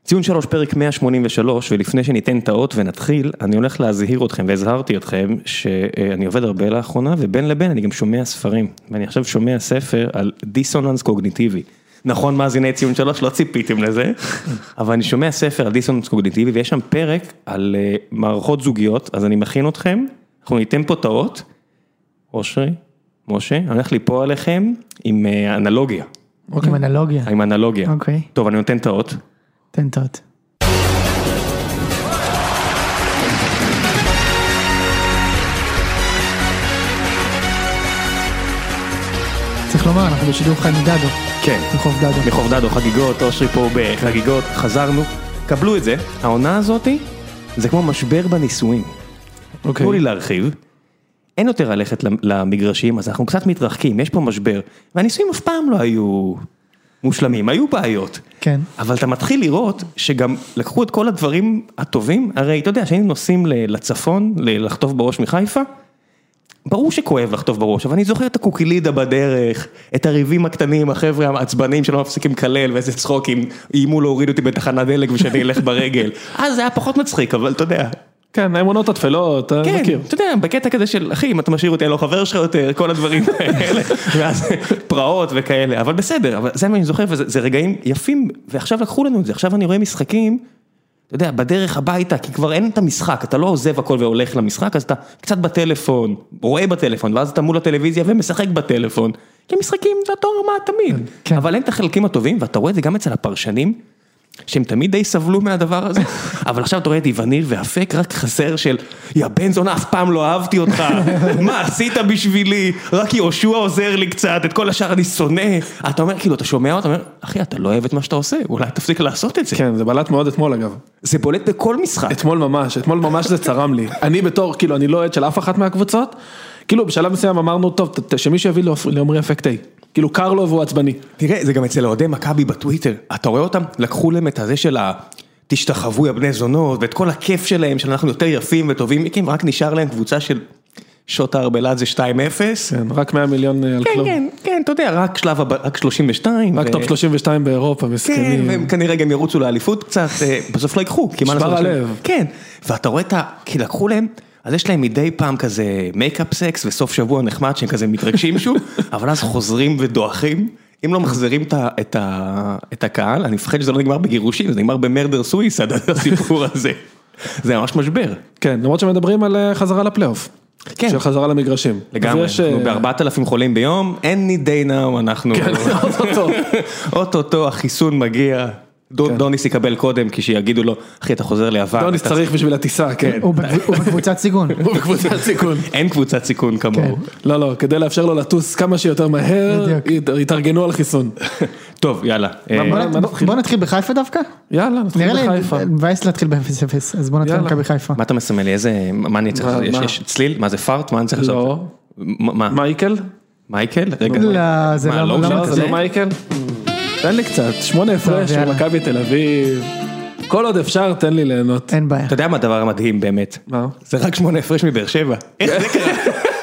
ציון 3 פרק 183, ולפני שניתן את האות ונתחיל, אני הולך להזהיר אתכם, והזהרתי אתכם, שאני עובד הרבה לאחרונה, ובין לבין אני גם שומע ספרים, ואני עכשיו שומע ספר על דיסוננס קוגניטיבי. נכון, מאזיני ציון 3, לא ציפיתם לזה, אבל אני שומע ספר על דיסוננס קוגניטיבי, ויש שם פרק על מערכות זוגיות, אז אני מכין אתכם, אנחנו ניתן פה את האות, אושרי, משה, אני הולך ליפול עליכם עם אנלוגיה. עם אנלוגיה. עם אנלוגיה. אוקיי. טוב, אני נותן את האות. תן תות. צריך לומר, אנחנו בשידור חי מדדו. כן. מחוף דדו. מחוף דדו, חגיגות, אושרי פה בחגיגות, חזרנו. קבלו את זה, העונה הזאת, זה כמו משבר בניסויים. אוקיי. תנו לי להרחיב. אין יותר ללכת למגרשים, אז אנחנו קצת מתרחקים, יש פה משבר. והניסויים אף פעם לא היו מושלמים, היו בעיות. כן. אבל אתה מתחיל לראות שגם לקחו את כל הדברים הטובים, הרי אתה יודע שהיינו נוסעים לצפון, לחטוף בראש מחיפה, ברור שכואב לחטוף בראש, אבל אני זוכר את הקוקילידה בדרך, את הריבים הקטנים, החבר'ה העצבנים שלא מפסיקים כלל, ואיזה צחוקים, איימו להוריד אותי בתחנת דלק ושאני אלך ברגל. אז זה היה פחות מצחיק, אבל אתה יודע. כן, האמונות התפלות, אתה מכיר. כן, אתה יודע, בקטע כזה של, אחי, אם אתה משאיר אותי, אני לא חבר שלך יותר, כל הדברים האלה, ואז פרעות וכאלה, אבל בסדר, אבל זה מה אני זוכר, וזה רגעים יפים, ועכשיו לקחו לנו את זה, עכשיו אני רואה משחקים, אתה יודע, בדרך הביתה, כי כבר אין את המשחק, אתה לא עוזב הכל והולך למשחק, אז אתה קצת בטלפון, רואה בטלפון, ואז אתה מול הטלוויזיה ומשחק בטלפון, כי משחקים זה אותו רמה תמיד, אבל אין את החלקים הטובים, ואתה רואה את זה גם אצל הפרשנים, שהם תמיד די סבלו מהדבר הזה, אבל עכשיו אתה רואה את איווניר והפק רק חסר של, יא בן זונה, אף פעם לא אהבתי אותך, מה עשית בשבילי, רק יהושע עוזר לי קצת, את כל השאר אני שונא, אתה אומר, כאילו, אתה שומע, אתה אומר, אחי, אתה לא אוהב את מה שאתה עושה, אולי תפסיק לעשות את זה. כן, זה בלט מאוד אתמול אגב. זה בולט בכל משחק. אתמול ממש זה צרם לי. אני בתור, כאילו, אני לא אוהד של אף אחת מהקבוצות, כאילו, בשלב מסוים אמרנו, טוב, שמישהו יביא לעומרי אפקטי. כאילו קרלו והוא עצבני. תראה, זה גם אצל אוהדי מכבי בטוויטר, אתה רואה אותם, לקחו להם את הזה של תשתחוו יא בני זונות, ואת כל הכיף שלהם, שאנחנו יותר יפים וטובים, רק נשאר להם קבוצה של שוט הארבלת זה 2-0. כן, רק 100 מיליון על כלום. כן, אתה יודע, רק 32. רק טופ 32 באירופה, מסכנים. כן, והם כנראה גם ירוצו לאליפות קצת, בסוף לא ייקחו. שבר הלב. כן, ואתה רואה כי לקחו להם, אז יש להם מדי פעם כזה מייקאפ סקס וסוף שבוע נחמד שהם כזה מתרגשים שוב, אבל אז חוזרים ודוחים, אם לא מחזירים את הקהל, אני מפחד שזה לא נגמר בגירושים, זה נגמר במרדר סוויסד, הסיפור הזה. זה ממש משבר. כן, למרות שמדברים על חזרה לפלייאוף. כן. של חזרה למגרשים. לגמרי, אנחנו ב4,000 חולים ביום, any day now אנחנו... כן, אוטוטו, החיסון מגיע... דוניס יקבל קודם, כשיגידו לו, אחי, אתה חוזר ליוון. דוניס צריך בשביל הטיסה, כן. הוא בקבוצת סיכון. הוא בקבוצת סיכון. אין קבוצת סיכון כמוהו. לא, כדי לאפשר לו לטוס כמה שיותר מהר, יתארגנו על חיסון. טוב, יאללה. בוא נתחיל בחיפה דווקא? יאללה, נתחיל בחיפה. נראה לי, מבאס להתחיל ב-0-0, אז בוא נתחיל בחיפה. מה אתה מסמל לי? מה אני צריך? יש צליל? מה זה פארט? מה אני צריך לעשות? לא. מייקל? מייקל? לא, זה לא מייקל? תן לי קצת, 8 הפרש של מכבי תל אביב, כל עוד אפשר תן לי ליהנות. אין בעיה. אתה יודע מה הדבר המדהים באמת? מה? זה רק 8 הפרש מבאר שבע. איך זה קרה?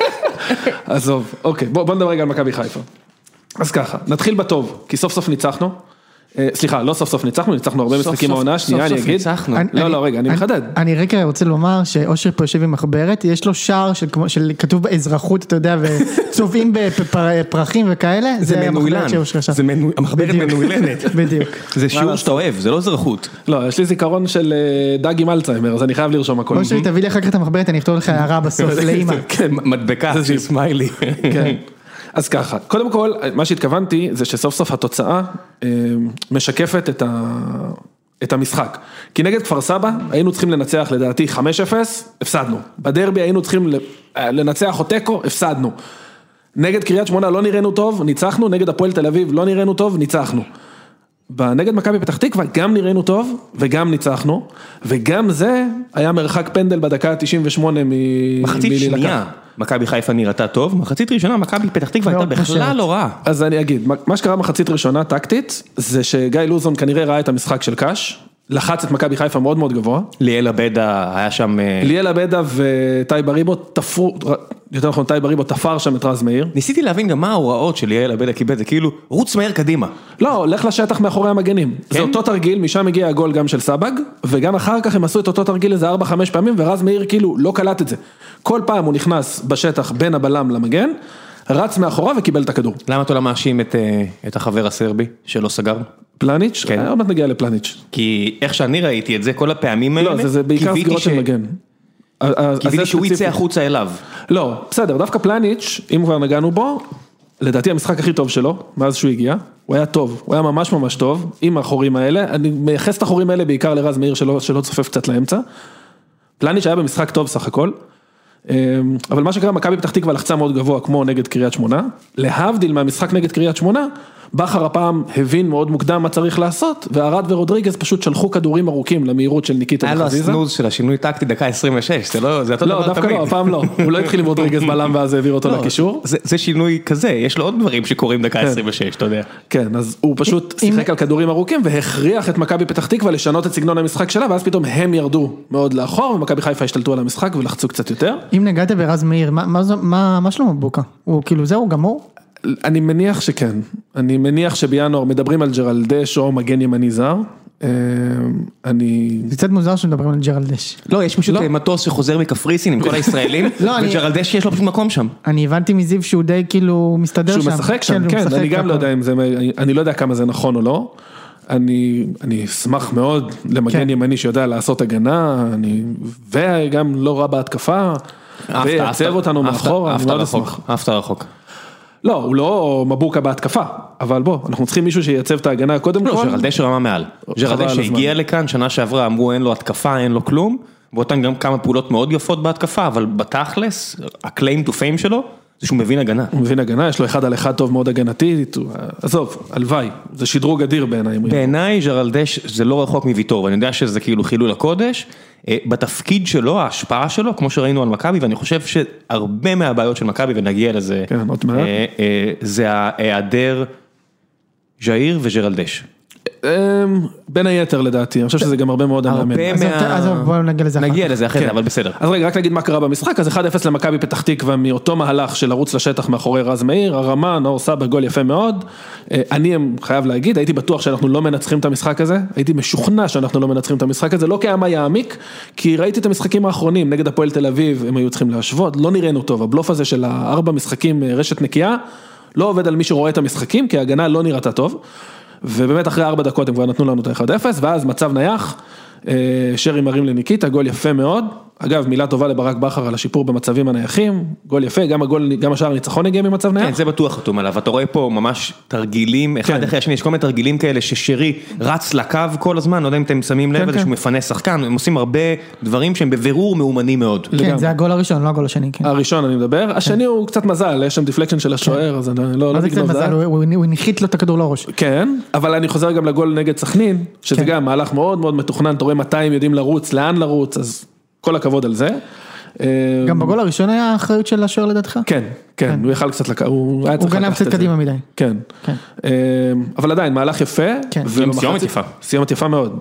עזוב, אוקיי, בוא נדבר רגע על מכבי חיפה. אז ככה, נתחיל בטוב, כי סוף סוף ניצחנו. סליחה, לא סוף סוף ניצחנו הרבה משחקים העונה, שנייה אני אגיד. לא, רגע, אני מחדד. אני רגע רוצה לומר שאושר פה יושב עם מחברת, יש לו שער שכתוב באזרחות, אתה יודע, וצובעים בפרחים וכאלה. זה מנוילן, המחברת מנוילנת. בדיוק. זה שיעור שאתה אוהב, זה לא אזרחות. לא, יש לי זיכרון של דג עם אלצהיימר, אז אני חייב לרשום הכל. אושר, תביא לי אחר כך את המחברת, אני אפתור לך הערה בסוף, לאמא. כן, מדבקה, זה סמיילי. כן. אז ככה, קודם כל, מה שהתכוונתי זה שסוף סוף התוצאה משקפת את המשחק. כי נגד כפר סבא היינו צריכים לנצח לדעתי 5-0, הפסדנו. בדרבי היינו צריכים לנצח או תיקו, הפסדנו. נגד קריית שמונה לא נראינו טוב, ניצחנו, נגד הפועל תל אביב לא נראינו טוב, ניצחנו. נגד מכבי פתח תקווה גם נראינו טוב וגם ניצחנו, וגם זה היה מרחק פנדל בדקה 98 מחצית שנייה, מכבי חיפה נראתה טוב, מחצית ראשונה מכבי פתח תקווה הייתה בכלל לא רע. אז אני אגיד, מה שקרה מחצית ראשונה טקטית, זה שגיא לוזון כנראה ראה את המשחק של קאש, לחץ את מכבי חיפה מאוד מאוד גבוה. ליאל אבדה היה שם... ליאל אבדה וטי בריבו תפרו, יותר נכון טי בריבו תפר שם את רז מאיר. ניסיתי להבין גם מה ההוראות של ליאל אבדה קיבל, זה כאילו רוץ מהר קדימה. לא, לך לשטח מאחורי המגנים. זה אותו תרגיל, משם הגיע הגול גם של סבג, וגם אחר כך הם עשו את אותו תרגיל איזה 4-5 פעמים, ורז מאיר כאילו לא קלט את זה. כל פעם הוא נכנס בשטח בין הבלם למגן, רץ מאחורה וקיבל את הכדור. למה אתה לא מאשים את החבר הסרבי שלא סגר? פלניץ'? כן. עוד מעט נגיע לפלניץ'. כי איך שאני ראיתי את זה, כל הפעמים האלה... לא, זה בעיקר סגירות של מגן. קיוויתי שהוא יצא החוצה אליו. לא, בסדר, דווקא פלניץ', אם כבר נגענו בו, לדעתי המשחק הכי טוב שלו, מאז שהוא הגיע, הוא היה טוב, הוא היה ממש ממש טוב, עם החורים האלה, אני מייחס את החורים האלה בעיקר לרז מאיר שלא צופף קצת לאמצע. פלניץ' היה במשחק טוב סך הכל, אבל מה שקרה, מכבי פתח תקווה לחצה מאוד גבוה, כמו נגד קריית שמונה, להבדיל מהמשחק נגד קריית שמונה, בכר הפעם הבין מאוד מוקדם מה צריך לעשות, והרד ורודריגז פשוט שלחו כדורים ארוכים למהירות של ניקיטה וחזיזה. היה לו הסנוז של השינוי טקטי דקה 26, זה אותו דבר תמיד. לא, דווקא לא, הפעם לא, הוא לא התחיל עם רודריגז בלם ואז העביר אותו לקישור. זה שינוי כזה, יש לו עוד דברים שקורים דקה 26, אתה יודע. כן, אז הוא פשוט שיחק על כדורים ארוכים, והכריח את מכבי פתח תקווה לשנות את סגנון המשחק שלה, ואז פתאום הם ירדו מאוד לאחור, ומכבי חיפה השתלטו על המשחק ולחצו קצת יותר. אם נגעת ברז מאיר, מה שלמה בוקה? הוא כאילו זהו גמור? אני מניח שכן, אני מניח שבינואר מדברים על ג'רלדש או מגן ימני זר, זה קצת מוזר שמדברים על ג'רלדש. לא, יש פשוט מטוס שחוזר מקפריסין עם כל הישראלים, וג'רלדש יש לו פשוט מקום שם. אני הבנתי מזיו שהוא די כאילו מסתדר שם. שהוא משחק שם, כן, אני גם לא יודע אם זה, אני לא יודע כמה זה נכון או לא, אני אשמח מאוד למגן ימני שיודע לעשות הגנה, וגם לא רע בהתקפה, ויצב אותנו מאחור, אני מאוד אשמח. אהבת רחוק. לא, הוא לא מבוקה בהתקפה, אבל בוא, אנחנו צריכים מישהו שייצב את ההגנה קודם כל. לא, ג'רלדש רמה מעל. ג'רלדש שהגיע לכאן, שנה שעברה אמרו אין לו התקפה, אין לו כלום, ואותן גם כמה פעולות מאוד יפות בהתקפה, אבל בתכלס, ה-claim to fame שלו, זה שהוא מבין הגנה. הוא מבין הגנה, יש לו אחד על אחד טוב מאוד הגנתית, עזוב, הלוואי, זה שדרוג אדיר בעיניי. בעיניי ג'רלדש זה לא רחוק מוויטור, ואני יודע שזה כאילו חילול הקודש, בתפקיד שלו, ההשפעה שלו, כמו שראינו על מכבי, ואני חושב שהרבה מהבעיות של מכבי, ונגיע לזה, זה ההיעדר ז'איר וג'רלדש. בין היתר לדעתי, אני חושב שזה גם הרבה מאוד המאמן. אז בואו נגיע לזה אחר כך. נגיע לזה אחרי זה, אבל בסדר. אז רגע, רק להגיד מה קרה במשחק, אז 1-0 למכבי פתח תקווה, מאותו מהלך של לרוץ לשטח מאחורי רז מאיר, הרמה, נאור סבא, גול יפה מאוד. אני חייב להגיד, הייתי בטוח שאנחנו לא מנצחים את המשחק הזה, הייתי משוכנע שאנחנו לא מנצחים את המשחק הזה, לא כמה יעמיק, כי ראיתי את המשחקים האחרונים, נגד הפועל תל אביב, הם היו צריכים להשוות, לא נראינו טוב, הבלוף הזה של 4 משחקים רשת נקייה, לא עובד על מי שרואה את המשחקים, כי ההגנה לא נראתה טוב. ובאמת אחרי 4 דקות הם כבר נתנו לנו את ה-1-0, ואז מצב נייח, שרי מרים לניקיטה, גול יפה מאוד, אגב מילה טובה לברק בכר על השיפור במצבים הנייחים, גול יפה, גם השער ניצחון הגיע ממצב נייח. כן, זה בטוח חתום עליו, אתה רואה פה ממש תרגילים, אחד אחרי השני, יש כל מיני תרגילים כאלה ששרי רץ לקו כל הזמן, לא יודע אם אתם שמים לב, שהוא מפנה שחקן, הם עושים הרבה דברים שהם בבירור מאומנים מאוד. כן, זה הגול הראשון, לא הגול השני. הראשון אני מדבר, השני הוא קצת מזל, יש שם דיפלקשן של השוער, אז אני לא נגנוב זה. הוא נחית לו את הכדור לראש. כן, אבל אני חוזר גם לגול נגד סכנין, שזה גם מהלך מאוד מאוד מתוכנן, אתה רואה מתי הם יודעים לרוץ, לאן לרוץ, אז כל הכבוד על זה. גם בגול הראשון היה האחריות של השוער לדעתך? כן, כן, הוא יכל קצת הוא גנב קצת קדימה מדי. כן, אבל עדיין, מהלך יפה. סיומת יפה. סיומת יפה מאוד.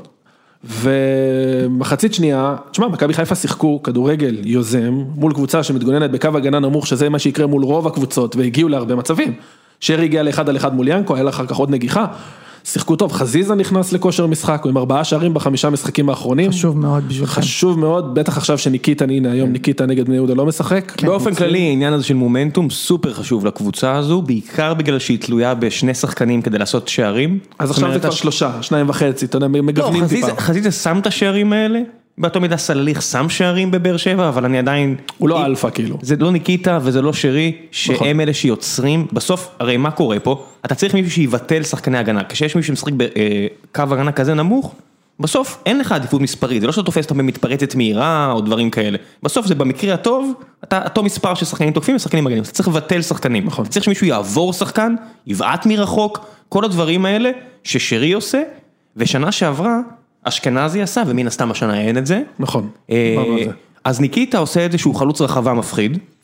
ומחצית שנייה, תשמע, מכבי חיפה שיחקו כדורגל יוזם, מול קבוצה שמתגוננת בקו הגנה נמוך, שזה מה שיקרה מול רוב הקבוצות, והגיעו להרבה מצבים. שרי הגיע ל1-1 מול ינקו, היה לה אחר כך עוד נגיחה. שיחקו טוב, חזיזה נכנס לכושר משחק, הוא עם 4 שערים ב5 משחקים האחרונים. חשוב מאוד בשבילכם. חשוב מאוד, בטח עכשיו שניקיטה, הנה היום ניקיטה נגד בני יהודה לא משחק. באופן כללי, העניין הזה של מומנטום סופר חשוב לקבוצה הזו, בעיקר בגלל שהיא תלויה בשני שחקנים כדי לעשות שערים. אז עכשיו זה כבר 3, 2.5, אתה יודע, מגוונים טיפה. חזיזה שם את השערים האלה, באותו מידה סלליך שם שערים בבאר שבע, אבל אני עדיין... הוא לא אלפא כאילו. זה לא ניקיטה וזה לא שרי, שהם אלה שיוצרים, בסוף, הרי מה קורה פה? אתה צריך מישהו שיבטל שחקני הגנה, כשיש מישהו שמשחק בקו הגנה כזה נמוך, בסוף אין לך עדיפות מספרית, זה לא שאתה תופס אותם במתפרצת מהירה או דברים כאלה, בסוף זה במקרה הטוב, אתה אותו מספר של שחקנים תוקפים ושחקנים מגנים, אתה צריך לבטל שחקנים, אתה צריך שמישהו יעבור שחקן, יבעט מרחוק, כל הדברים האלה ששרי עושה, ושנה שעברה, אשכנזי עשה, ומן הסתם השנה אין את זה. נכון. אז ניקיטה עושה את זה שהוא חלוץ רחבה מפחיד.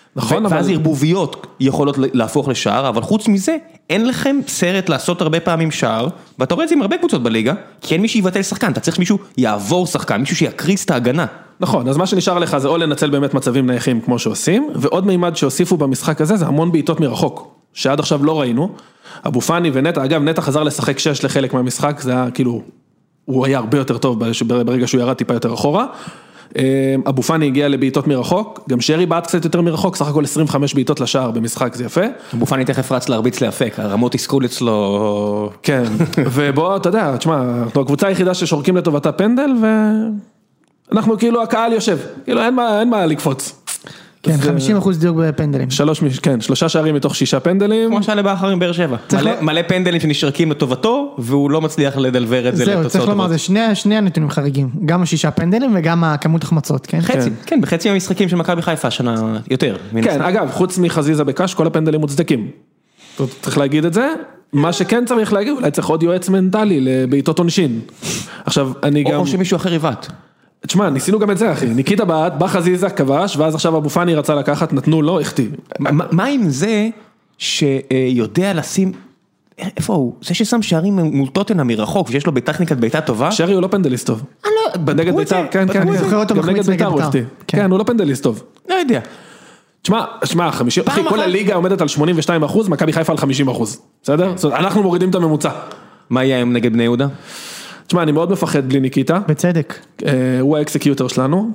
נכון, ואז ערבוביות יכולות להפוך לשער, אבל חוץ מזה, אין לכם סרט לעשות הרבה פעמים שער, ואתה רואה את זה עם הרבה קבוצות בליגה, כי אין מי שיבטל שחקן, אתה צריך מישהו יעבור שחקן, מישהו שיקריס את ההגנה. נכון, אז מה שנשאר לך זה או לנצל באמת מצבים נייחים כמו שעושים, ועוד מימד שהוסיפו במשחק הזה זה המון בעיטות מרחוק, שעד עכשיו לא ראינו. אבו פאני ונטע, אגב נטע חזר לשחק 6 לחלק מהמשחק, זה היה כאילו, הוא היה הרבה יותר טוב ברגע שהוא ירד טיפה יותר אחורה. אבו פאני הגיע לבעיטות מרחוק, גם שרי בעט קצת יותר מרחוק, סך הכל 25 בעיטות לשער במשחק, זה יפה. אבו פאני תכף רץ להרביץ לאפק, הרמות תסכול אצלו. כן, ובוא, אתה יודע, תשמע, אנחנו הקבוצה היחידה ששורקים לטובתה פנדל, ואנחנו כאילו, הקהל יושב, כאילו אין מה לקפוץ. כן, 50% דיוק בפנדלים. 3 שערים מתוך 6 פנדלים. כמו שעלה באחר עם באר שבע. מלא פנדלים שנשרקים לטובתו, והוא לא מצליח לדלבר את זה לתוצאות. זהו, צריך לומר, זה שני הנתונים חריגים. גם 6 פנדלים וגם הכמות החמצות, כן? חצי, כן, בחצי המשחקים של מכבי חיפה שנה יותר. כן, אגב, חוץ מחזיזה בקש, כל הפנדלים מוצדקים. צריך להגיד את זה. מה שכן צריך להגיד, אולי צריך עוד יועץ מנטלי לבעיטות עונשין. עכשיו, אני גם... או שמישהו אחר יבעט. תשמע, ניסינו גם את זה, אחי. ניקיטה בעט, בא חזיזה, כבש, ואז עכשיו אבו פאני רצה לקחת, נתנו לו, החטיא. מה עם זה שיודע לשים, איפה הוא? זה ששם שערים מול טוטנהאם מרחוק, ויש לו בטכניקת בעיטה טובה? שרי הוא לא פנדליסט טוב. נגד בית"ר, כן, כן. אני זוכר אותו מחמיץ נגד בית"ר. כן, הוא לא פנדליסט טוב. לא יודע. תשמע, 50, אחי, כל הליגה עומדת על 82%, מכבי חיפה על 50%. בסדר? אנחנו מורידים את הממוצע. מה יהיה היום נגד בני יהודה? תשמע, אני מאוד מפחד בלי ניקיטה. בצדק. הוא האקסקיוטר שלנו.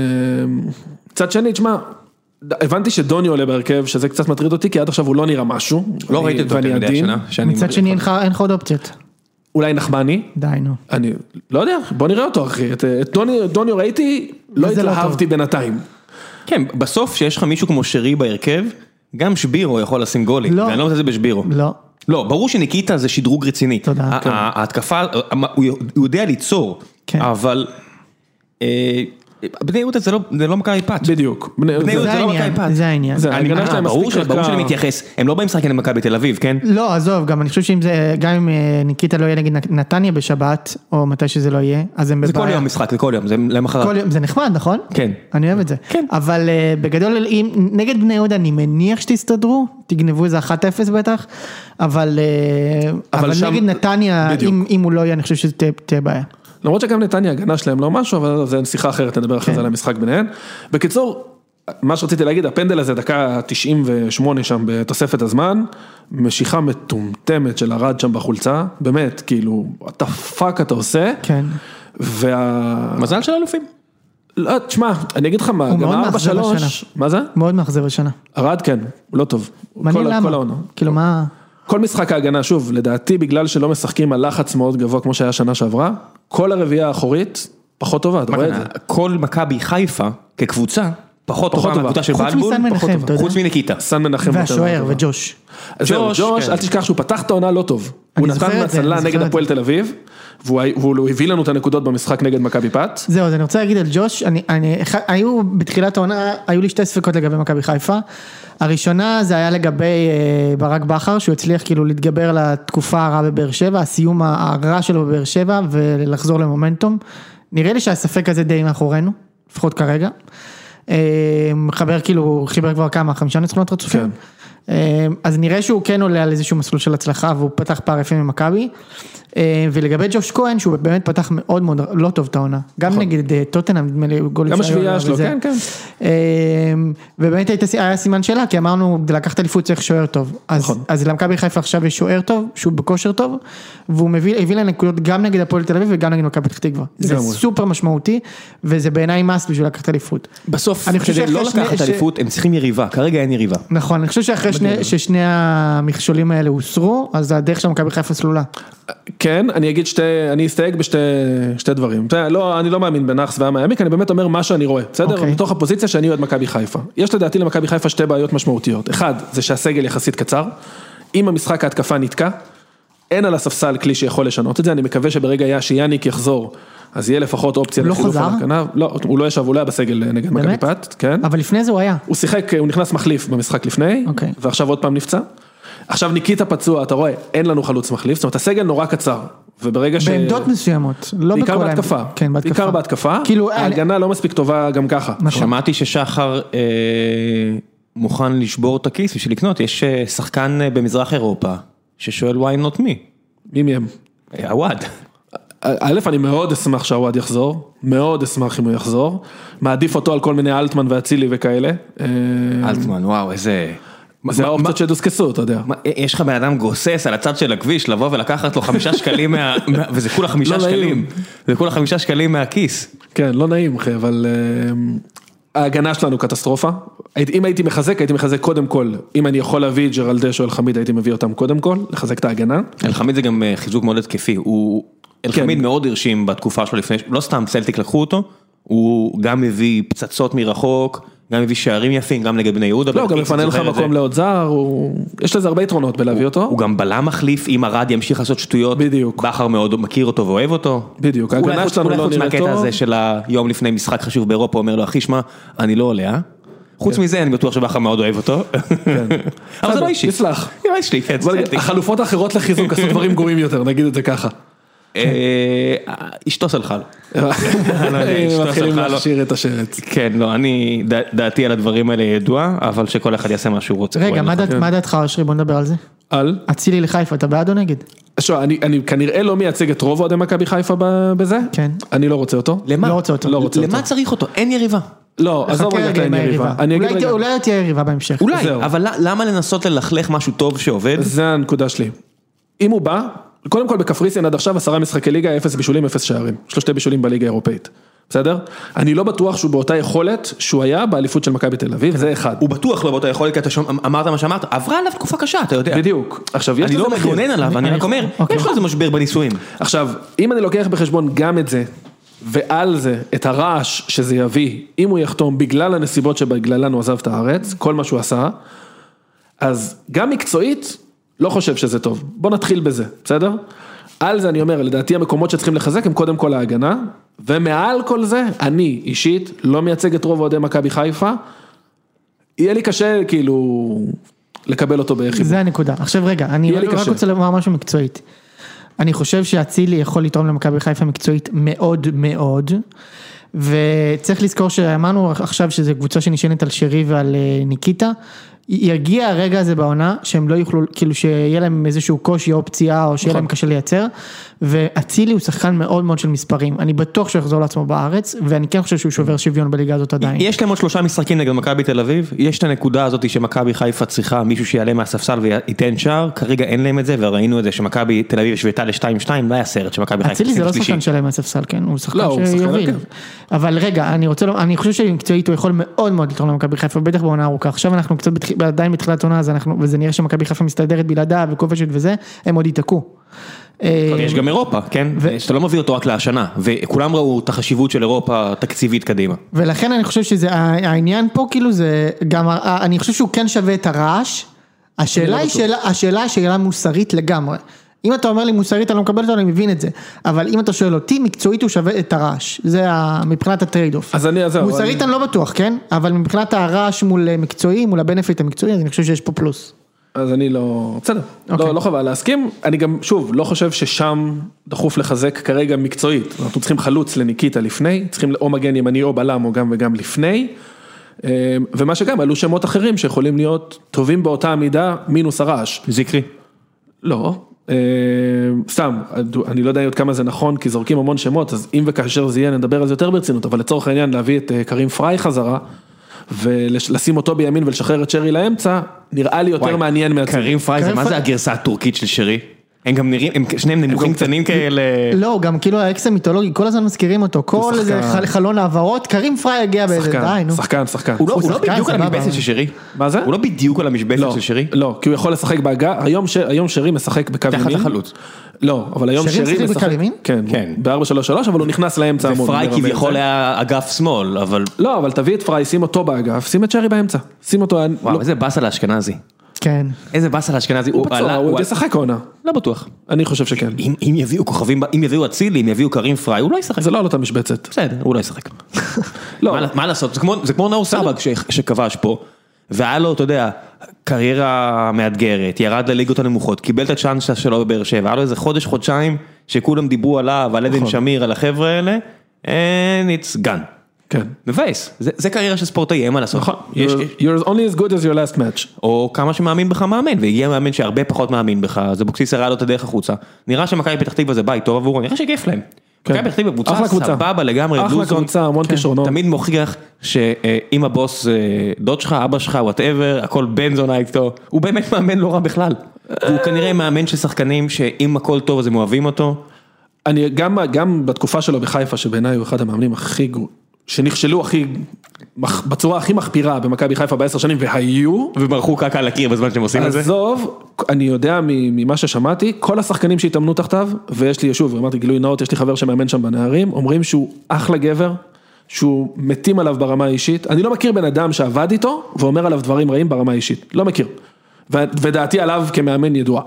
קצת שני, תשמע, הבנתי שדוני עולה בהרכב, שזה קצת מטריד אותי, כי עד עכשיו הוא לא נראה משהו. לא ראיתי אותו יותר מדי השנה. מצד שני, אין לך עוד אופציות. אולי נחמני. די, נו. אני לא יודע, בוא נראה אותו, אחי. את דוני ראיתי, לא התלהבתי בינתיים. כן, בסוף שיש לך מישהו כמו שרי בהרכב, גם שבירו יכול לשים גולים. ואני לא רוצה זה בשבירו. לא. לא, ברור שניקיטה זה שדרוג רציני. תודה. ההתקפה, הוא יודע ליצור, אבל בני יהודה זה לא מכבי פת. בדיוק. בני יהודה זה לא מכבי פת. זה העניין. ברור שאני מתייחס, הם לא באים לשחק עם מכבי תל אביב, כן? לא, עזוב, גם אני חושב שאם זה, גם אם ניקיטה לא יהיה נגד נתניה בשבת, או מתי שזה לא יהיה, אז הם בבעיה. זה כל יום משחק, זה כל יום, זה למחרת. זה נחמד, נכון? כן. אני אוהב את זה. כן. אבל בגדול, נגד בני יהודה אני מניח שתסתדרו, תגנבו איזה 1-0 בטח, אבל נגד נתניה, אם הוא לא יהיה, אני חושב שזה תהיה בעיה. למרות שגם נתניה, הגנה שלהם לא משהו, אבל זה שיחה אחרת, נדבר אחרי זה על המשחק ביניהן. בקיצור, מה שרציתי להגיד, הפנדל הזה, דקה 98 שם בתוספת הזמן, משיכה מטומטמת של הרד שם בחולצה, באמת, כאילו, אתה פאק אתה עושה. כן. מזל של אלופים. לא, תשמע, אני אגיד לך מה, גם 4-3, מה זה? מאוד מאכזב השנה. הרד כן, הוא לא טוב. מעניין למה? כאילו מה... כל משחק ההגנה, שוב, לדעתי, בגלל שלא משחקים על לחץ מאוד גבוה, כמו שהיה שנה שעברה, כל הרביעייה האחורית פחות טובה, אתה רואה את זה? כל מכבי חיפה, כקבוצה, פחות טובה מהקבוצה של בלבול, חוץ מסן מנחם, אתה יודע? חוץ מניקיטה. סן מנחם. והשוער, וג'וש. ג'וש, אל תשכח שהוא פתח את העונה לא טוב. הוא נתן מצלה נגד הפועל תל אביב, והוא הביא לנו את הנקודות במשחק נגד מכבי פת. זהו, אז אני רוצה להגיד על ג'וש, היו בתחילת העונה, היו לי 2 ספקות לגבי מכבי חיפה. הראשונה זה היה לגבי ברק בכר, שהוא הצליח כאילו להתגבר על התקופה הרעה בבאר שבע, הסיום הרע שלו בבאר שבע, ולחזור למומנטום. נראה לי שהספק הזה די מאחורינו, לפחות כרגע. חבר כאילו, חיבר כבר כמה, 5 ניצחונות רצופים. אז נראה שהוא כן עולה על איזשהו מסלול של הצלחה, והוא פתח פער יפים ממכבי. ולגבי ג'וש כהן, שהוא באמת פתח מאוד מאוד לא טוב את העונה. גם נגד טוטנהאם, נדמה לי, גולים גם השביעייה שלו, כן, כן. ובאמת היה סימן שאלה, כי אמרנו, לקחת אליפות צריך שוער טוב. אז למכבי חיפה עכשיו יש שוער טוב, שהוא בכושר טוב, והוא הביא לנקודות גם נגד הפועל תל אביב, וגם נגד מכבי פתח תקווה. זה סופר משמעותי, וזה בעיניי מאסט בשביל לקחת אליפות. בסוף, כדי לא לקחת אליפות, הם צריכים יריבה, כרגע אין יריבה. נכון, אני חושב שאחרי ששני המכשולים האלה הוסרו, אז הדרך של מכבי חיפה סלולה. כן, אני אסתייג בשתי דברים. לא, אני לא מאמין בנחס והמעמיק, אני באמת אומר מה שאני רואה, בסדר? מתוך הפוזיציה שאני אוהד מכבי חיפה. יש לדעתי למכבי חיפה 2 בעיות משמעותיות. אחד, זה שהסגל יחסית קצר. אם המשחק ההתקפה נתקע, אין על הספסל כלי שיכול לשנות את זה. אני מקווה שברגע היה שיאניק יחזור, אז יהיה לפחות אופציה לחילוף על הכנף. לא, הוא לא ישב, הוא לא היה בסגל נגד מכבי פת, כן? אבל לפני זה הוא היה. הוא שיחק, הוא נכנס מחליף במשחק לפני, ועכשיו עוד פעם נפצע. עכשיו ניקיטה פצוע, אתה רואה, אין לנו חלוץ מחליף, זאת אומרת, הסגל נורא קצר, וברגע בעמדות מסוימות, לא בעיקר בהתקפה, כן, בהתקפה. בעיקר בהתקפה, ההגנה לא מספיק טובה גם ככה. שמעתי ששחר מוכן לשבור את הכיס בשביל לקנות, יש שחקן במזרח אירופה, ששואל why not me. מי מהם? הוואד. א', אני מאוד אשמח שהוואד יחזור, מאוד אשמח אם הוא יחזור, מעדיף אותו על כל מיני אלטמן ואצילי וכאלה. אלטמן, וואו, איזה... זה האופציות שדוסקסו, אתה יודע. יש לך בן אדם גוסס על הצד של הכביש, לבוא ולקחת לו 5 שקלים, וזה כולה 5 שקלים, זה כולה 5 שקלים מהכיס. כן, לא נעים, אבל ההגנה שלנו קטסטרופה. אם הייתי מחזק קודם כל, אם אני יכול להביא את ג'רלדש או אלחמיד, הייתי מביא אותם קודם כל, לחזק את ההגנה. אלחמיד זה גם חיזוק מאוד התקפי, אלחמיד מאוד הרשים בתקופה שלו לפני, לא סתם סלטיק לקחו אותו, הוא גם מביא פצצות מרחוק, גם מביא שערים יפים, גם נגד בני יהודה. לא, גם מפנה לך מקום לעוד זר, יש לזה הרבה יתרונות בלהביא אותו. הוא גם בלם מחליף, אם ארד ימשיך לעשות שטויות, בדיוק. בכר מאוד מכיר אותו ואוהב אותו. בדיוק, ההגנה שלנו לא נראית טוב. אולי חוץ מהקטע הזה של היום לפני משחק חשוב באירופה, אומר לו, אחי, שמע, אני לא עולה, חוץ מזה, אני בטוח שבכר מאוד אוהב אותו. אבל זה לא אישי. נסלח. יש לי, כן. החלופות האחרות לחיזוק עשו דברים גרועים יותר, נגיד את זה ככה. אשתו סלחה לו. מתחילים להכשיר את השרץ. כן, לא, אני, דעתי על הדברים האלה ידוע, אבל שכל אחד יעשה מה שהוא רוצה. רגע, מה דעתך, אשרי, בוא נדבר על זה. על? אצילי לחיפה, אתה בעד או נגד? אני כנראה לא מייצג את רוב אוהדי מכבי חיפה בזה. כן. אני לא רוצה אותו. למה? לא רוצה אותו. למה צריך אותו? אין יריבה. לא, עזוב רגע אין יריבה. אולי תהיה יריבה בהמשך. אולי, אבל למה לנסות ללכלך משהו טוב שעובד? זה הנקודה שלי. אם הוא בא, קודם כל בקפריסין עד עכשיו 10 משחקי ליגה, 0 בישולים, 0 שערים. 3 בישולים בליגה האירופאית. בסדר? אני לא בטוח שהוא באותה יכולת שהוא היה באליפות של מכבי תל אביב, זה אחד. הוא בטוח לא באותה יכולת, כי אתה אמרת מה שאמרת, עברה עליו תקופה קשה, אתה יודע. בדיוק. עכשיו, אני לא מגונן עליו, אני רק אומר, יש לו איזה משבר בניסויים. עכשיו, אם אני לוקח בחשבון גם את זה, ועל זה, את הרעש שזה יביא, אם הוא יחתום בגלל הנסיבות שבגללן הוא עזב את הארץ, כל מה שהוא עשה, אז גם מקצועית, לא חושב שזה טוב. בוא נתחיל בזה, בסדר? על זה אני אומר, לדעתי המקומות שצריכים לחזק הם קודם כל ההגנה, ומעל כל זה, אני אישית לא מייצג את רוב אוהדי מכבי חיפה, יהיה לי קשה כאילו לקבל אותו ביחיד. זה הנקודה. עכשיו רגע, אני רק רוצה לומר משהו מקצועית. אני חושב שאצילי יכול לתרום למכבי חיפה מקצועית מאוד מאוד, וצריך לזכור שאמרנו עכשיו שזו קבוצה שנשענת על שרי ועל ניקיטה, יגיע הרגע הזה בעונה שהם לא יוכלו, כאילו שיהיה להם איזשהו קושי או פציעה או שיהיה להם קשה לייצר, ואצילי הוא שחקן מאוד מאוד של מספרים, אני בטוח שהוא יחזור לעצמו בארץ, ואני כן חושב שהוא שובר שוויון בליגה הזאת עדיין. יש להם עוד 3 משחקים נגד מכבי תל אביב, יש את הנקודה הזאת שמכבי חיפה צריכה מישהו שיעלה מהספסל וייתן שער, כרגע אין להם את זה, וראינו את זה שמכבי תל אביב שוויתה ל2-2, לא היה סרט שמכבי חיפה אצילי זה לא שחקן שלהם מהספסל, כן, הוא שחקן שיוביל. אבל רגע, אני חושב שמקצועית הוא יכול מאוד מאוד לתרום למכבי חיפה, בטח בעונה ארוכה. עכשיו אנחנו קצת עדיין בתחילת עונה, וזה נראה שמכבי חיפה מסתדרת בלעדה וכובשת וזה, הם עוד ייתקעו. יש גם אירופה, כן? שאתה לא מביא אותו רק להשנה, וכולם ראו את החשיבות של אירופה תקציבית קדימה. ולכן אני חושב שזה, העניין פה כאילו זה, גם, אני חושב שהוא כן שווה את הרעש, השאלה היא שאלה מוסרית לגמרי. אם אתה אומר לי מוסרית, אני לא מקבל אותו, אני מבין את זה. אבל אם אתה שואל אותי, מקצועית הוא שווה את הרעש. זה מבחינת הטרייד אוף. מוסרית אני לא בטוח, כן? אבל מבחינת הרעש מול מקצועי, מול הבנפיט המקצועי, אז אני חושב שיש פה פלוס. אז אני לא, בסדר, לא חבל להסכים. אני גם, שוב, לא חושב ששם דחוף לחזק כרגע מקצועית. אנחנו צריכים חלוץ לניקיטה לפני, צריכים או מגן ימני או בלם או גם וגם לפני. ומה שגם, עלו שמות אחרים שיכולים להיות טובים באותה עמידה, מינוס הרעש. זיקרי. לא. סתם, אני לא יודע עוד כמה זה נכון, כי זורקים המון שמות, אז אם וכאשר זה יהיה, נדבר על זה יותר ברצינות, אבל לצורך העניין להביא את קרים פריי חזרה, ולשים אותו בימין ולשחרר את שרי לאמצע, נראה לי יותר מעניין מעצמי. קרים פריי, מה זה הגרסה הטורקית של שרי? הם גם נראים, שניהם נמוכים קטנים כאלה. לא, גם כאילו האקס המיתולוגי, כל הזמן מזכירים אותו, כל איזה חלון העברות, קרים פריי הגיע באיזה די, נו. שחקן. הוא לא בדיוק על המשבצת של שרי? מה זה? הוא לא בדיוק על המשבצת של שרי? לא, כי הוא יכול לשחק בהגה, היום שרי משחק בקו ימין. תחת החלוץ. לא, אבל היום שרי משחק כן, ב-4-3-3, אבל הוא נכנס לאמצע עמוד. ופריי כביכול היה אגף שמאל, אבל... לא, אבל תביא את פריי, שים אותו באגף, שים את שרי באמצע. שים אותו... וואו, איזה באסה לאשכנזי. כן. איזה באסה לאשכנזי. הוא פצוע, הוא ישחק עונה. לא בטוח. אני חושב שכן. אם יביאו כוכבים, אם יביאו אצילי, אם יביאו קרים פריי, הוא לא ישחק. זה לא על אותה משבצת. בסדר, הוא לא ישחק. מה לעשות? זה כמו נאור סבג שכבש פה, והיה לו, אתה יודע, קריירה מאתגרת, ירד לליגות הנמוכות, קיבל את הצ'אנס שלו בבאר שבע, היה לו איזה חודש-חודשיים, שכולם דיברו עליו, על עדן שמיר, על החבר'ה האלה, and it's gone. כן. מבאס, זה קריירה של ספורטאי, אין מה לעשות. נכון, you're only as good as your last match. או כמה שמאמין בך מאמן, והגיע מאמן שהרבה פחות מאמין בך, אז אבוקסיס הראה לו את הדרך החוצה. נראה שמכבי פתח תקווה זה בית טוב עבורו, נראה שכיף להם. מכבי פתח תקווה קבוצה סבבה לגמרי, אחלה קבוצה, המון כישרונות. תמיד מוכיח שאם הבוס דוד שלך, אבא שלך, whatever, הכל בן זונה איתו, הוא באמת מאמן לא רע בכלל. הוא כנראה מאמן של שחקנים שאם הכל טוב אז הם אוהבים אותו. אני גם בתקופה שלו בחיפה, שבעיניי הוא אחד המאמנים שנכשלו בצורה הכי מחפירה במכבי חיפה ב10 שנים, והיו. וברחו קקה על הקיר בזמן שהם עושים את זה. עזוב, אני יודע ממה ששמעתי, כל השחקנים שהתאמנו תחתיו, ויש לי שוב, אמרתי גילוי נאות, יש לי חבר שמאמן שם בנערים, אומרים שהוא אחלה גבר, שהוא מתים עליו ברמה האישית. אני לא מכיר בן אדם שעבד איתו, ואומר עליו דברים רעים ברמה האישית. לא מכיר. ודעתי עליו כמאמן ידוע.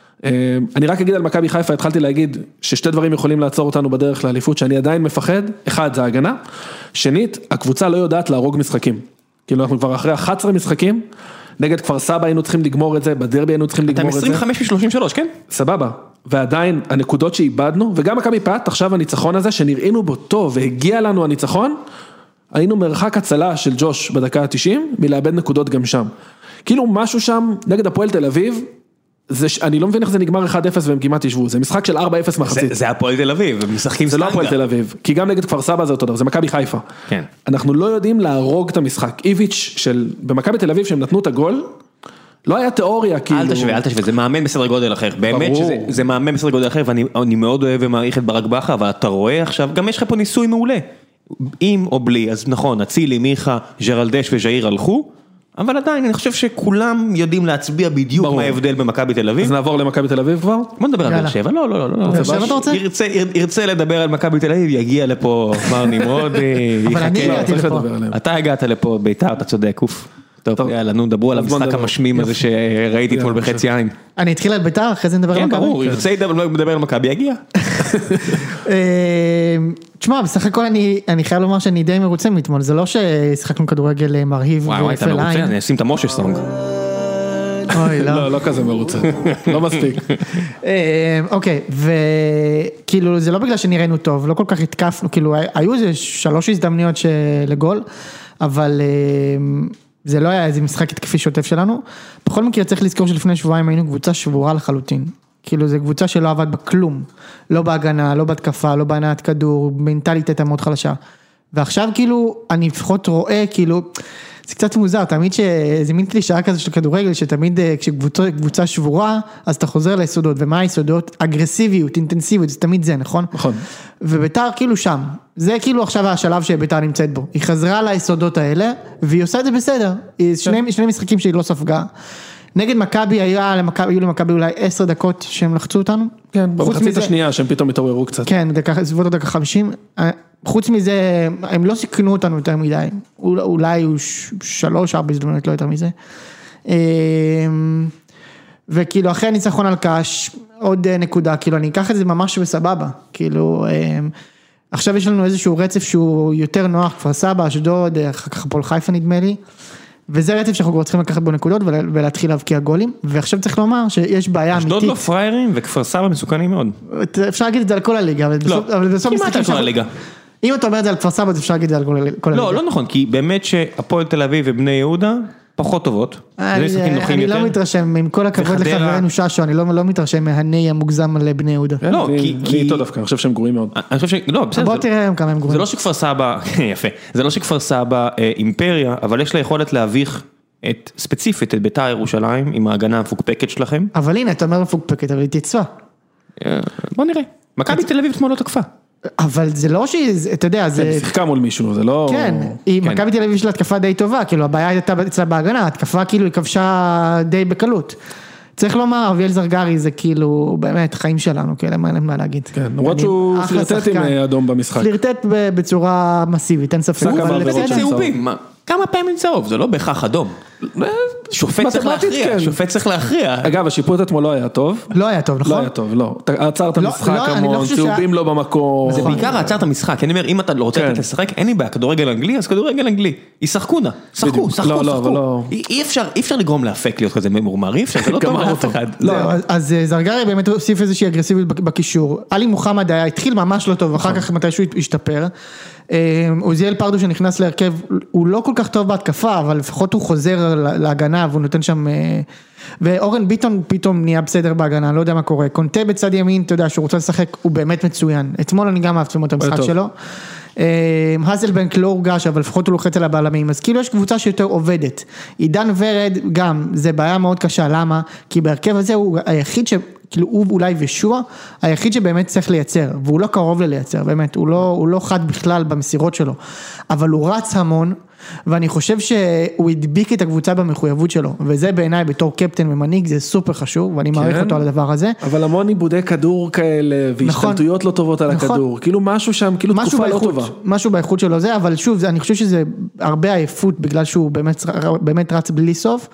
אני רק אגיד על מכבי חיפה, התחלתי להגיד ששתי דברים יכולים לעצור אותנו בדרך לאליפות, שאני עדיין מפחד. אחד, זה ההגנה. שנית, הקבוצה לא יודעת להרוג משחקים. כאילו אנחנו כבר אחרי 11 משחקים, נגד כפר סבא היינו צריכים לגמור את זה, בדרבי היינו צריכים לגמור את זה. אתם 25 ו-33, כן? סבבה. ועדיין הנקודות שאיבדנו, וגם מכבי פת, עכשיו הניצחון הזה, שנראינו בו טוב, והגיע לנו הניצחון, היינו מרחק הצלה של ג'וש בדקה ה-90, מלאבד נקודות גם שם. כאילו משהו שם, נגד הפועל תל אביב, אני לא מבין איך זה נגמר 1-0 והם כמעט ישבו, זה משחק של 4-0 מחצית. זה הפועל תל אביב, הם משחקים זה לא הפועל תל אביב, כי גם נגד כפר סבא זה אותו דבר, זה מכבי חיפה. כן. אנחנו לא יודעים להרוג את המשחק. איביץ' במכבי תל אביב שהם נתנו את הגול, לא היה תיאוריה כאילו. אל תשווה, זה מאמן בסדר גודל אחר, באמת שזה מאמן בסדר גודל אחר, ואני מאוד אוהב ומעריך את ברק בכר, אבל אתה רואה עכשיו, גם יש לך פה ניסוי מעולה, עם או בלי, אז נכון, אצילי, מיכה, ג'רלדש וז'איר הלכו, אבל עדיין אני חושב שכולם יודעים להצביע בדיוק מה ההבדל במכבי תל אביב. אז נעבור למכבי תל אביב כבר? בוא נדבר על באר שבע, לא. באר שבע אתה רוצה? ירצה לדבר על מכבי תל אביב, יגיע לפה מר נמרודי, אבל אני הגעתי לפה. אתה הגעת לפה ביתר, אתה צודק, אוף. טוב, יאללה, נו, דברו על המשחק המשמים הזה שראיתי אתמול בחצי עין. אני אתחיל על ביתר, אחרי זה נדבר על מכבי. כן, ברור, ירצה לדבר על מכבי, יגיע. תשמע, בסך הכל אני חייב לומר שאני די מרוצה מאתמול, זה לא ששחקנו כדורגל מרהיב וואי, אתה מרוצה, אני אשים את המשה סונג. אוי, לא. לא כזה מרוצה, לא מספיק. אוקיי, וכאילו זה לא בגלל שנראינו טוב, לא כל כך התקפנו, כאילו היו איזה 3 הזדמנויות לגול, אבל זה לא היה איזה משחק התקפי שוטף שלנו. בכל מקרה צריך לזכור שלפני שבועיים היינו קבוצה שבורה לחלוטין. כאילו זו קבוצה שלא עבד בכלום, לא בהגנה, לא בהתקפה, לא בהנעת כדור, מנטלית הייתה מאוד חלשה. ועכשיו כאילו אני לפחות רואה כאילו, זה קצת מוזר, תמיד שזה מין קלישאה כזה של כדורגל, שתמיד כשקבוצה שבורה, אז אתה חוזר ליסודות, ומה היסודות? אגרסיביות, אינטנסיביות, זה תמיד זה, נכון? נכון. וביתר כאילו שם, זה כאילו עכשיו השלב שביתר נמצאת בו, היא חזרה ליסודות האלה, והיא עושה את זה בסדר, שני משחקים שהיא לא ספגה, נגד מכבי היו למכבי אולי 10 דקות שהם לחצו אותנו. כן, במחצית השנייה שהם פתאום התעוררו קצת. כן, סביבות הדקה 50. חוץ מזה, הם לא סיכנו אותנו יותר מדי. אולי הוא 3-4 הזדמנויות, לא יותר מזה. וכאילו אחרי הניצחון על קש, עוד נקודה, כאילו אני אקח את זה ממש בסבבה. כאילו, עכשיו יש לנו איזשהו רצף שהוא יותר נוח, כפר סבא, אשדוד, אחר כך הפועל חיפה נדמה לי. וזה רצף שאנחנו כבר צריכים לקחת בו נקודות ולהתחיל להבקיע גולים, ועכשיו צריך לומר שיש בעיה אמיתית. אשדוד לא פריירים וכפר סבא מסוכנים מאוד. אפשר להגיד את זה על כל הליגה, אבל בסוף כמעט על כל הליגה. אם אתה אומר את זה על כפר סבא, אז אפשר להגיד את זה על כל הליגה. לא נכון, כי באמת שהפועל תל אביב ובני יהודה פחות טובות. אני לא מתרשם, עם כל הכבוד לחברנו ששו, אני לא מתרשם מהני המוגזם לבני יהודה. לא, כי איתו דווקא, אני חושב שהם גרועים מאוד. בוא תראה כמה הם גרועים. זה לא שכפר סבא, יפה, זה לא שכפר סבא אימפריה, אבל יש לה יכולת להביך ספציפית את ביתר ירושלים עם ההגנה המפוקפקת שלכם. אבל הנה, אתה אומר מפוקפקת, אבל היא תצפה. בוא נראה. מכבי תל אביב אתמול לא תקפה. אבל זה לא אתה יודע, זה... היא שיחקה מול מישהו, זה לא... כן, מכבי תל אביב יש לה התקפה די טובה, כאילו הבעיה הייתה אצלה בהגנה, התקפה כאילו היא כבשה די בקלות. צריך לומר, אביאל זרגרי זה כאילו באמת חיים שלנו, כאילו אין מה להגיד. כן, למרות שהוא פלירטט עם אדום במשחק. פלירטט בצורה מסיבית, אין ספק. כמה פעמים צהוב, זה לא בהכרח אדום. שופט צריך מתמטית, להכריע, כן. שופט צריך להכריע. אגב, השיפוט אתמול לא היה טוב. לא היה טוב, נכון? לא היה טוב, לא. עצר את המשחק לא, אני לא המון, חושב צהובים לא במקום. זה בעיקר עצר את המשחק, אני אומר, אם אתה לא רוצה לתת לשחק, אין לי בעיה, כדורגל אנגלי, אז כדורגל אנגלי. ישחקו נא, שחקו. אי אפשר לגרום לאפק להיות כזה ממורמר, אי אפשר, זה לא טוב לאף אחד. אז זרגרי באמת הוסיף איזושהי אגרסיביות בקישור. עלי מוחמד התחיל ממש לא טוב, אחר כך מתישהו השתפר. עוזיאל פרדו שנכנס להרכב, הוא לא כל כך טוב בהתקפה, אבל לפחות הוא חוזר להגנה, והוא נותן שם, ואורן ביטון פתאום נהיה בסדר בהגנה, לא יודע מה קורה, קונטה בצד ימין, אתה יודע, שהוא רוצה לשחק, הוא באמת מצוין, אתמול אני גם אהבתי את המשחק שלו, האזלבנק לא הורגש, אבל לפחות הוא לוחץ על הבעלמים, אז כאילו יש קבוצה שיותר עובדת, עידן ורד גם, זה בעיה מאוד קשה, למה? כי בהרכב הזה הוא היחיד כאילו הוא אולי ושועה, היחיד שבאמת צריך לייצר, והוא לא קרוב לייצר, באמת, הוא לא חד בכלל במסירות שלו, אבל הוא רץ המון, ואני חושב שהוא הדביק את הקבוצה במחויבות שלו, וזה בעיניי בתור קפטן ומנהיג, זה סופר חשוב, ואני מעריך אותו על הדבר הזה. אבל המון עיבודי כדור כאלה, והשתלטויות לא טובות על הכדור, כאילו משהו שם, כאילו תקופה לא טובה. משהו באיכות שלו זה, אבל שוב, אני חושב שזה הרבה עייפות, בגלל שהוא באמת רץ בלי סוף,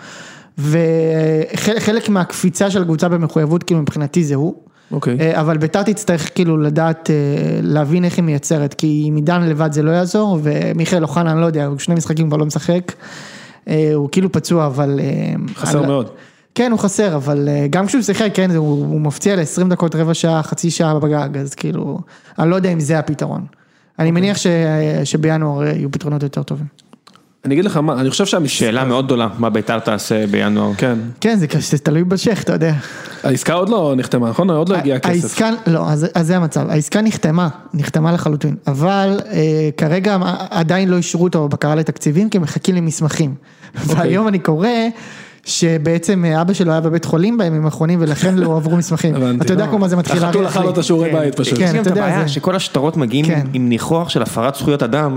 וחלק מהקפיצה של הקבוצה במחויבות, כאילו מבחינתי זה הוא, אבל ביתר תצטרך כאילו לדעת, להבין איך היא מייצרת, כי מידן לבד זה לא יעזור, ומיכאל אוחנה, אני לא יודע, הוא 2 משחקים כבר לא משחק, הוא כאילו פצוע, אבל... חסר מאוד. כן, הוא חסר, אבל גם כשהוא שיחק, כן, הוא מפציע ל-20 דקות, רבע שעה, חצי שעה בגג, אז כאילו, אני לא יודע אם זה הפתרון. אני מניח שבינואר יהיו פתרונות יותר טובים. אני אגיד לך מה, אני חושב שאלה מאוד גדולה, מה ביתר תעשה בינואר. כן. כן, זה תלוי בשייך, אתה יודע. העסקה עוד לא נחתמה, נכון? עוד לא הגיע הכסף. העסקה, לא, אז זה המצב. העסקה נחתמה לחלוטין, אבל כרגע עדיין לא אישרו אותו בקרה לתקציבים, כי הם מחכים למסמכים. והיום אני קורא שבעצם אבא שלו היה בבית חולים בימים האחרונים, ולכן לא עברו מסמכים. אתה יודע כמו זה מתחיל החתול אכל לו את השיעורי בית פשוט. יש גם את הבעיה שכל השטרות מגיעים עם ניחוח של הפרת זכויות אדם.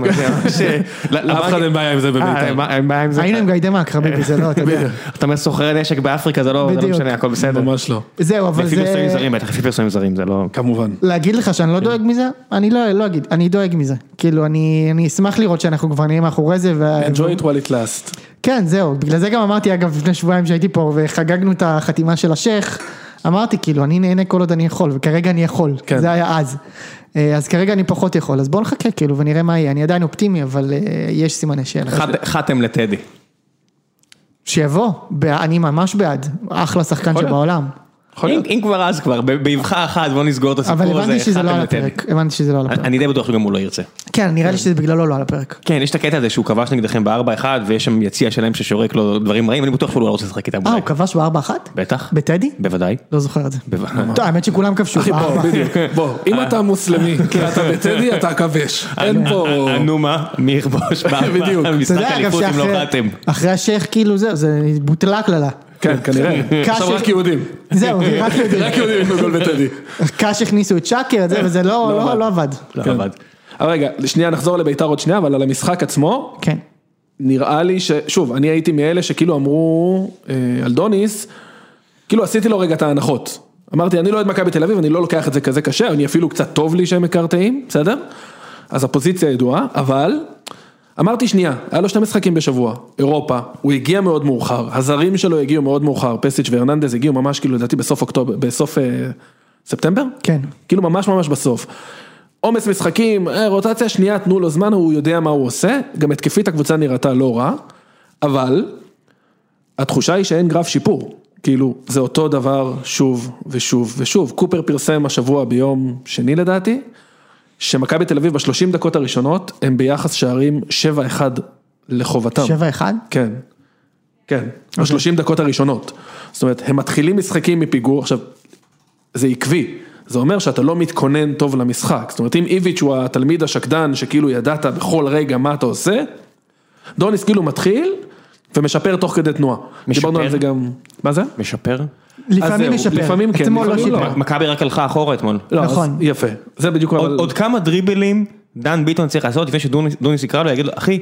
אף אחד אין בעיה עם זה בביתר. היינו עם גיידי מאקרבי וזה לא, אתה יודע. אתה אומר סוחרי נשק באפריקה, זה לא משנה, הכל בסדר. ממש לא. זהו, אבל זה... לפי פרסומים זרים, לפי פרסומים זרים, זה לא... כמובן. להגיד לך שאני לא דואג מזה? אני לא אגיד, אני דואג מזה. כאילו, אני אשמח לראות שאנחנו כבר נהיה מאחורי זה. Enjoy it while it lasts. כן, זהו, בגלל זה גם אמרתי, אגב, לפני שבועיים שהייתי פה וחגגנו את החתימה של השייך, אמרתי כאילו, אני נהנה כל עוד אני יכול, וכרגע אני יכול, זה היה אז כרגע אני פחות יכול, אז בואו נחכה כאילו ונראה מה יהיה, אני עדיין אופטימי, אבל יש סימני שאלה. חתם לטדי. שיבוא, אני ממש בעד, אחלה שחקן שבעולם. אם כבר אז כבר, באבחה אחת, בוא נסגור את הסיפור הזה. אבל הבנתי שזה לא על הפרק, אני די בטוח שגם הוא לא ירצה. כן, נראה לי שזה בגללו לא על הפרק. כן, יש את הקטע הזה שהוא כבש נגדכם ב-4-1, ויש שם יציע שלהם ששורק לו דברים רעים, אני בטוח שהוא לא רוצה לשחק איתם. הוא כבש ב-4-1? בטח. בטדי? בוודאי. לא זוכר את זה. טוב, האמת שכולם כבשו. בוא, אם אתה מוסלמי, אתה בטדי, אתה כבש. אין פה... נו מה, מי יכבוש במשחק אליפות אם לא חתם. אחרי השייך כאילו זה בוטלה כללה. כן, כנראה. עכשיו רק יהודים. זהו, רק יהודים. רק יהודים עם גול בטדי. קש הכניסו את שקר, וזה לא עבד. לא עבד. אבל רגע, שנייה נחזור לביתר עוד שנייה, אבל על המשחק עצמו, כן. נראה לי שוב, אני הייתי מאלה שכאילו אמרו על דוניס, כאילו עשיתי לו רגע את ההנחות. אמרתי, אני לא יודע מכבי תל אביב, אני לא לוקח את זה כזה קשה, אני אפילו קצת טוב לי שהם מקרטעים, בסדר? אז הפוזיציה ידועה, אבל... אמרתי שנייה, היה לו 2 משחקים בשבוע, אירופה, הוא הגיע מאוד מאוחר, הזרים שלו הגיעו מאוד מאוחר, פסיץ' והרננדז הגיעו ממש כאילו לדעתי בסוף ספטמבר? כן. כאילו ממש בסוף. עומס משחקים, רוטציה שנייה, תנו לו זמן, הוא יודע מה הוא עושה, גם התקפית הקבוצה נראתה לא רע, אבל התחושה היא שאין גרף שיפור, כאילו זה אותו דבר שוב ושוב ושוב, קופר פרסם השבוע ביום שני לדעתי, שמכבי תל אביב ב-30 דקות הראשונות, הם ביחס שערים 7-1 לחובתם. 7-1? כן, כן, ב-30 דקות הראשונות. זאת אומרת, הם מתחילים משחקים מפיגור, עכשיו, זה עקבי, זה אומר שאתה לא מתכונן טוב למשחק. זאת אומרת, אם איביץ' הוא התלמיד השקדן, שכאילו ידעת בכל רגע מה אתה עושה, דוניס כאילו מתחיל, ומשפר תוך כדי תנועה. דיברנו על זה גם, מה זה? משפר? לפעמים משפר. לפעמים כן, לפעמים לא. מכבי רק הלכה אחורה אתמול. נכון. יפה, זה בדיוק. עוד כמה דריבלים דן ביטון צריך לעשות, לפני שדוניס יקרא לו, יגיד לו, אחי,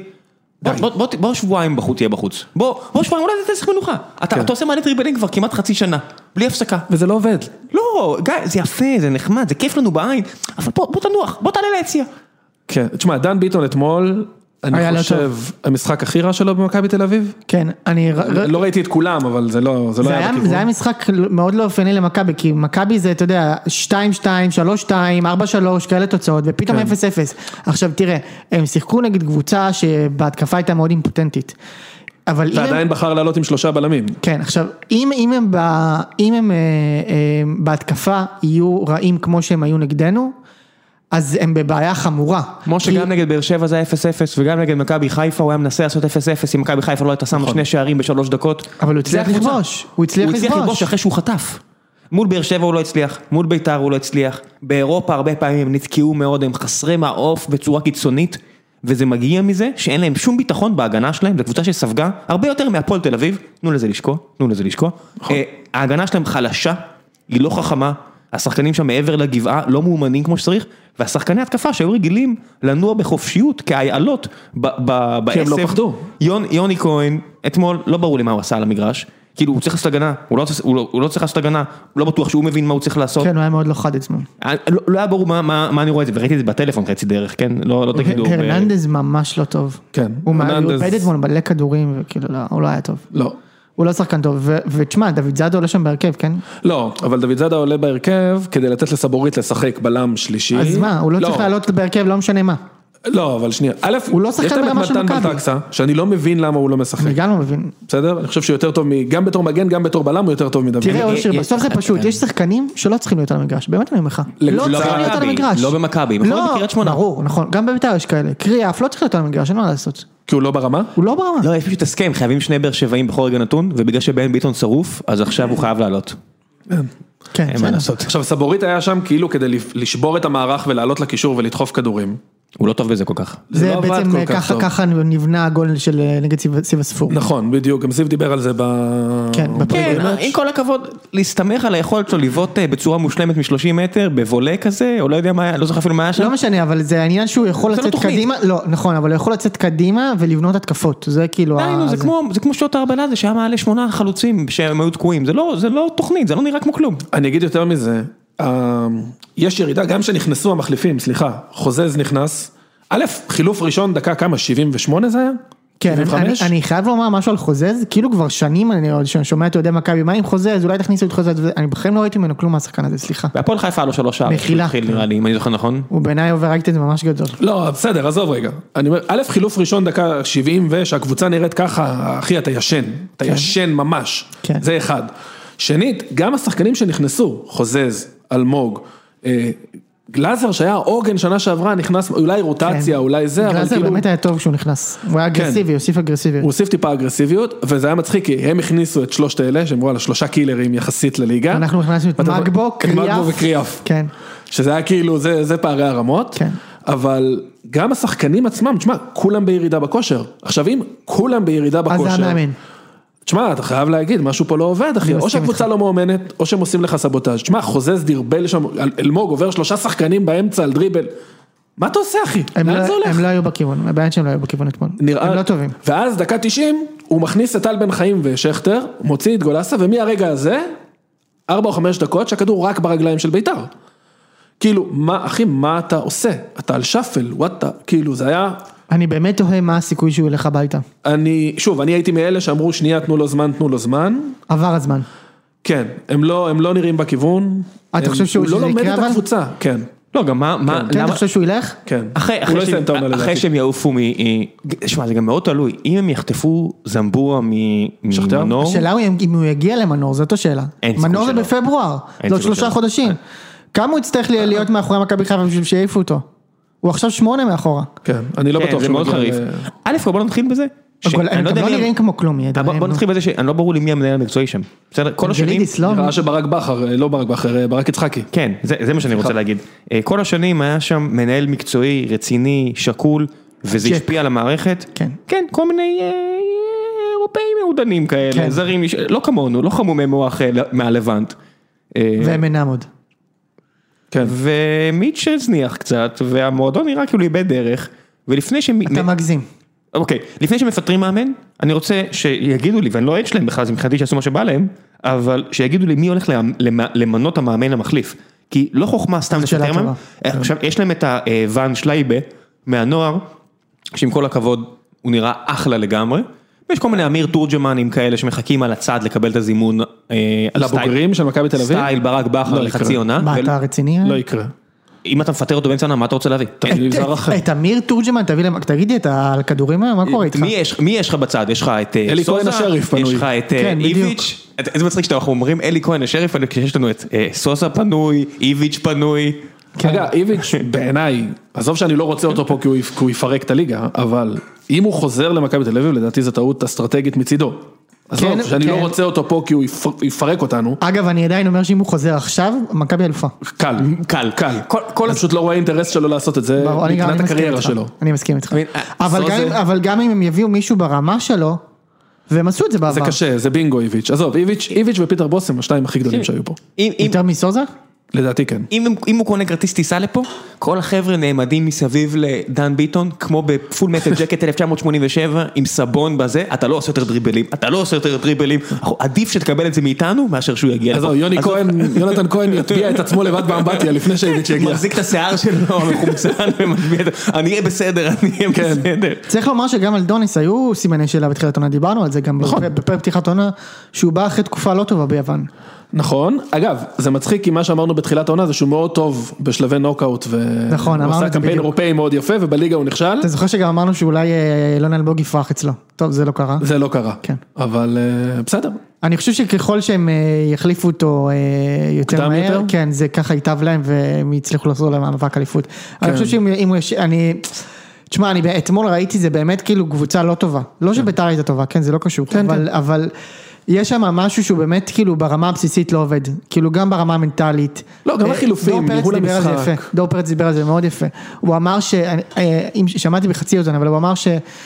בוא שבועיים בחוץ תהיה בחוץ. בוא שבועיים, אולי תעשה מנוחה. אתה עושה מעלה דריבלים כבר כמעט חצי שנה, בלי הפסקה. וזה לא עובד. לא, גיא, זה יפה, זה נחמד, זה כיף לנו בעין, אבל בוא תנוח, בוא תעלה ליציאה. כן, תשמע, דן ביטון אתמול אני חושב, המשחק הכי רע שלו במכבי תל אביב? כן, אני... לא ראיתי את כולם, אבל זה לא היה בכיוון. זה היה משחק מאוד לא אופייני למכבי, כי מכבי זה, אתה יודע, 2-2, 3-2, 4-3, כאלה תוצאות, ופתאום 0-0. עכשיו תראה, הם שיחקו נגד קבוצה שבהתקפה הייתה מאוד אימפוטנטית. ועדיין בחר לעלות עם 3 בלמים. כן, עכשיו, אם הם בהתקפה יהיו רעים כמו שהם היו נגדנו, אז הם בבעיה חמורה. כמו שגם נגד באר שבע זה 0-0, וגם נגד מכבי חיפה הוא היה מנסה לעשות 0-0, אם מכבי חיפה לא הייתה שמה 2 שערים ב3 דקות. אבל הוא הצליח לכבוש. הוא הצליח לכבוש אחרי שהוא חטף. מול באר שבע הוא לא הצליח, מול ביתר הוא לא הצליח. באירופה הרבה פעמים הם נתקעו מאוד, הם חסרי מעוף בצורה קיצונית, וזה מגיע מזה שאין להם שום ביטחון בהגנה שלהם, זו קבוצה שספגה הרבה יותר מהפועל תל אביב, תנו לזה לשקוע. ההגנה שלהם חלשה, היא לא חכמה, השחקנים שם מעבר לגבעה לא מאומנים כמו שצריך, והשחקני התקפה שהיו רגילים לנוע בחופשיות כאיילות בעשב. כי הם לא פחדו. יוני כהן, אתמול לא ברור לי מה הוא עשה על המגרש, כאילו הוא צריך לעשות הגנה, הוא לא צריך לעשות הגנה, הוא לא בטוח שהוא מבין מה הוא צריך לעשות. כן, הוא היה מאוד לא חד אצלנו. לא היה ברור מה אני רואה את זה, וראיתי את זה בטלפון חצי דרך, כן? לא תגידו. הרננדז ממש לא טוב. כן. הוא איבד אתמול מלא כדורים, וכאילו הוא לא היה טוב. לא. הוא לא שחקן טוב, ותשמע, דוד זאדה עולה שם בהרכב, כן? לא, אבל דוד זאדה עולה בהרכב כדי לתת לסבורית לשחק בלם שלישי. אז מה, הוא לא צריך לעלות בהרכב, לא משנה מה. לא, אבל שנייה, א', הוא לא שחקן ברמה של מכבי. שאני לא מבין למה הוא לא משחק. אני גם לא מבין. בסדר? אני חושב שהוא יותר טוב, גם בתור מגן, גם בתור בלם, הוא יותר טוב מדוד. תראה, אושר, בסוף זה פשוט, יש שחקנים שלא צריכים להיות על המגרש, באמת אני אומר לך. לא צריכים להיות על המגרש. לא במכבי, בקריית שמונה. ברור, נכון, גם בביתר יש כאלה. קריאף לא צריך להיות על המגרש, אין מה לעשות. כי הוא לא ברמה? הוא לא ברמה. לא, יש פשוט הסכם, חייבים 2 באר שבעים בכל רגע נתון, ובגלל שבן ביטון שרוף, אז עכשיו הוא חייב לעלות. כן, אין מה לעשות. עכשיו, סבורית היה שם כאילו כדי לשבור את המערך ולעלות לקישור ולדחוף כדורים. הוא לא טוב בזה כל כך. זה בעצם ככה נבנה הגול של נגד סיב הספור. נכון, בדיוק, גם זיו דיבר על זה כן, עם כל הכבוד, להסתמך על היכולת שלו לבעוט בצורה מושלמת מ-30 מטר, בבולה כזה, או לא יודע מה, לא זוכר אפילו מה היה שם. לא משנה, אבל זה העניין שהוא יכול לצאת קדימה, לא, נכון, אבל הוא יכול לצאת קדימה ולבנות התקפות, זה כאילו... זה כמו שוט ארבלה, זה שהיה מעלה 8 חלוצים שהם היו תקועים, זה לא תוכנית, זה לא נראה כמו כלום. אני אגיד יותר מזה, יש ירידה, גם שנכנסו המחליפים, סליחה, חוזז נכנס, א', חילוף ראשון, דקה כמה, 78 זה היה? כן, אני חייב לומר משהו על חוזז, כאילו כבר שנים אני שומע את יהודי מכבי, מה עם חוזז, אולי תכניסו את חוזז, אני בכלל לא ראיתי ממנו כלום מהשחקן הזה, סליחה. והפועל חיפה היה לו 3 שערים, מחילה. נראה לי, אם אני זוכר נכון. הוא בעיניי אוברייטד זה ממש גדול. לא, בסדר, עזוב רגע. אני אומר, א', חילוף ראשון, דקה 70, ושהקבוצה נראית ככה, אחי, אתה ישן ממש. זה אחד. שנית, גם השחקנים שנכנסו, חוזז, אלמוג, גלאזר שהיה אורגן שנה שעברה, נכנס אולי רוטציה, אולי זה, אבל גלאזר באמת היה טוב כשהוא נכנס, הוא היה אגרסיבי, הוסיף אגרסיביות. הוא הוסיף טיפה אגרסיביות, וזה היה מצחיק, כי הם הכניסו את 3 האלה, שהם אמרו על 3 קילרים יחסית לליגה. אנחנו הכנסנו את מגבו, וקריאף. כן. שזה היה כאילו, זה פערי הרמות. כן. אבל גם השחקנים עצמם, תשמע, כולם בירידה בכושר. עכשיו אם כולם בירידה בכושר. אז זה המאמן. תשמע, אתה חייב להגיד, משהו פה לא עובד, אחי, או שהקבוצה לא מאומנת, או שהם עושים לך סבוטאז'. תשמע, חוזז דרבל שם, אלמוג עובר 3 שחקנים באמצע על דריבל. מה אתה עושה, אחי? לאן זה הולך? הם לא היו בכיוון, הבעיה שהם לא היו בכיוון אתמול. הם לא טובים. ואז דקה 90, הוא מכניס את טל בן חיים ושכטר, מוציא את גולסה, ומהרגע הזה, 4 או 5 דקות, שהכדור רק ברגליים של ביתר. כאילו, אחי, מה אתה עושה? אתה על שפל, וואטה, כאילו, זה היה... אני באמת תוהה מה הסיכוי שהוא ילך הביתה. שוב, אני הייתי מאלה שאמרו שנייה, תנו לו זמן. עבר הזמן. כן, הם לא נראים בכיוון. אתה חושב שהוא לא לומד את הקבוצה, כן. לא, גם מה... כן, אתה חושב שהוא ילך? כן. אחרי שהם יעופו שמע, זה גם מאוד תלוי. אם הם יחטפו זמבורה ממנור... השאלה אם הוא יגיע למנור, זאת השאלה. מנור זה בפברואר, זה עוד 3 חודשים. כמה הוא יצטרך להיות מאחורי מכבי חיפה בשביל שיעיפו אותו? הוא עכשיו 8 מאחורה. כן, אני לא בטוח זה מאוד חריף. א', בוא נתחיל בזה. הם גם לא נראים כמו כלום. בוא נתחיל בזה שאני לא ברור לי מי המנהל המקצועי שם. בסדר, כל השנים... נראה שברק בכר, לא ברק בכר, ברק יצחקי. כן, זה מה שאני רוצה להגיד. כל השנים היה שם מנהל מקצועי, רציני, שקול, וזה השפיע על המערכת. כן, כל מיני אירופאים מעודנים כאלה, זרים, לא כמונו, לא חמומי מוח מהלבנט. והם אינם עוד. ומיטשל זניח קצת, והמועדון נראה כאילו איבד דרך, ולפני אתה מגזים. אוקיי, לפני שמפטרים מאמן, אני רוצה שיגידו לי, ואני לא עד שלהם בכלל, זה מבחינתי שעשו מה שבא להם, אבל שיגידו לי מי הולך למנות המאמן המחליף, כי לא חוכמה סתם לפטר מהם, עכשיו יש להם את הוואן שלייבה מהנוער, שעם כל הכבוד, הוא נראה אחלה לגמרי. ויש כל מיני אמיר תורג'מנים כאלה שמחכים על הצד לקבל את הזימון. לבוגרים של מכבי תל אביב? סטייל ברק בכר לחצי עונה. מה, אתה רציני? לא יקרה. אם אתה מפטר אותו באמצע עונה, מה אתה רוצה להביא? את אמיר תורג'מן, תגידי את הכדורים האלה, מה קורה איתך? מי יש לך בצד? יש לך את אלי כהן השריף פנוי. יש לך את איביץ', איזה מצחיק שאנחנו אומרים אלי כהן השריף, כשיש לנו את סוסה פנוי, איביץ' פנוי. אגב, איביץ' בעיניי, עזוב שאני לא רוצה אותו פה כי הוא יפרק את הליגה, אבל אם הוא חוזר למכבי תל אביב, לדעתי זו טעות אסטרטגית מצידו. עזוב, שאני לא רוצה אותו פה כי הוא יפרק אותנו. אגב, אני עדיין אומר שאם הוא חוזר עכשיו, מכבי אלופה. קל. אני פשוט לא רואה אינטרס שלו לעשות את זה, מבחינת הקריירה שלו. אני מסכים איתך. אבל גם אם הם יביאו מישהו ברמה שלו, והם עשו את זה בעבר. זה קשה, זה בינגו איביץ'. עזוב, איביץ' ופיטר בוסם, השניים הכי גדולים שהיו פה. יותר מסוזה? לדעתי כן. אם הוא קונה כרטיס טיסה לפה, כל החבר'ה נעמדים מסביב לדן ביטון, כמו בפול מטל ג'קט 1987, עם סבון בזה, אתה לא עושה יותר דריבלים, עדיף שתקבל את זה מאיתנו, מאשר שהוא יגיע לפה. אז יונתן כהן יטביע את עצמו לבד באמבטיה, לפני שאיביץ' יגיע. מחזיק את השיער שלו, המחומצן, אני אהיה בסדר. צריך לומר שגם על דוניס היו סימני שאלה בתחילת עונה, דיברנו על זה גם בפרק פתיחת עונה, שהוא בא אחרי תקופה לא טובה ביוון. נכון, אגב, זה מצחיק כי מה שאמרנו בתחילת העונה זה שהוא מאוד טוב בשלבי נוקאוט נכון, הוא עושה קמפיין אירופאי מאוד יפה ובליגה הוא נכשל. אתה זוכר שגם אמרנו שאולי אלון אלמוג יפרח אצלו, טוב זה לא קרה. זה לא קרה, כן. אבל בסדר. אני חושב שככל שהם יחליפו אותו יותר מהר, כן, זה ככה ייטב להם והם יצליחו לחזור למאבק אליפות. אני חושב שאם תשמע, אני אתמול ראיתי זה באמת כאילו קבוצה לא טובה, לא שביתר הייתה טובה, כן, זה לא קשור, אבל יש שם משהו שהוא באמת כאילו ברמה הבסיסית לא עובד, כאילו גם ברמה המנטלית. לא, גם החילופים, ניהול המשחק. דור פרץ דיבר על זה מאוד יפה. הוא אמר שמעתי בחצי אוזן, אבל הוא אמר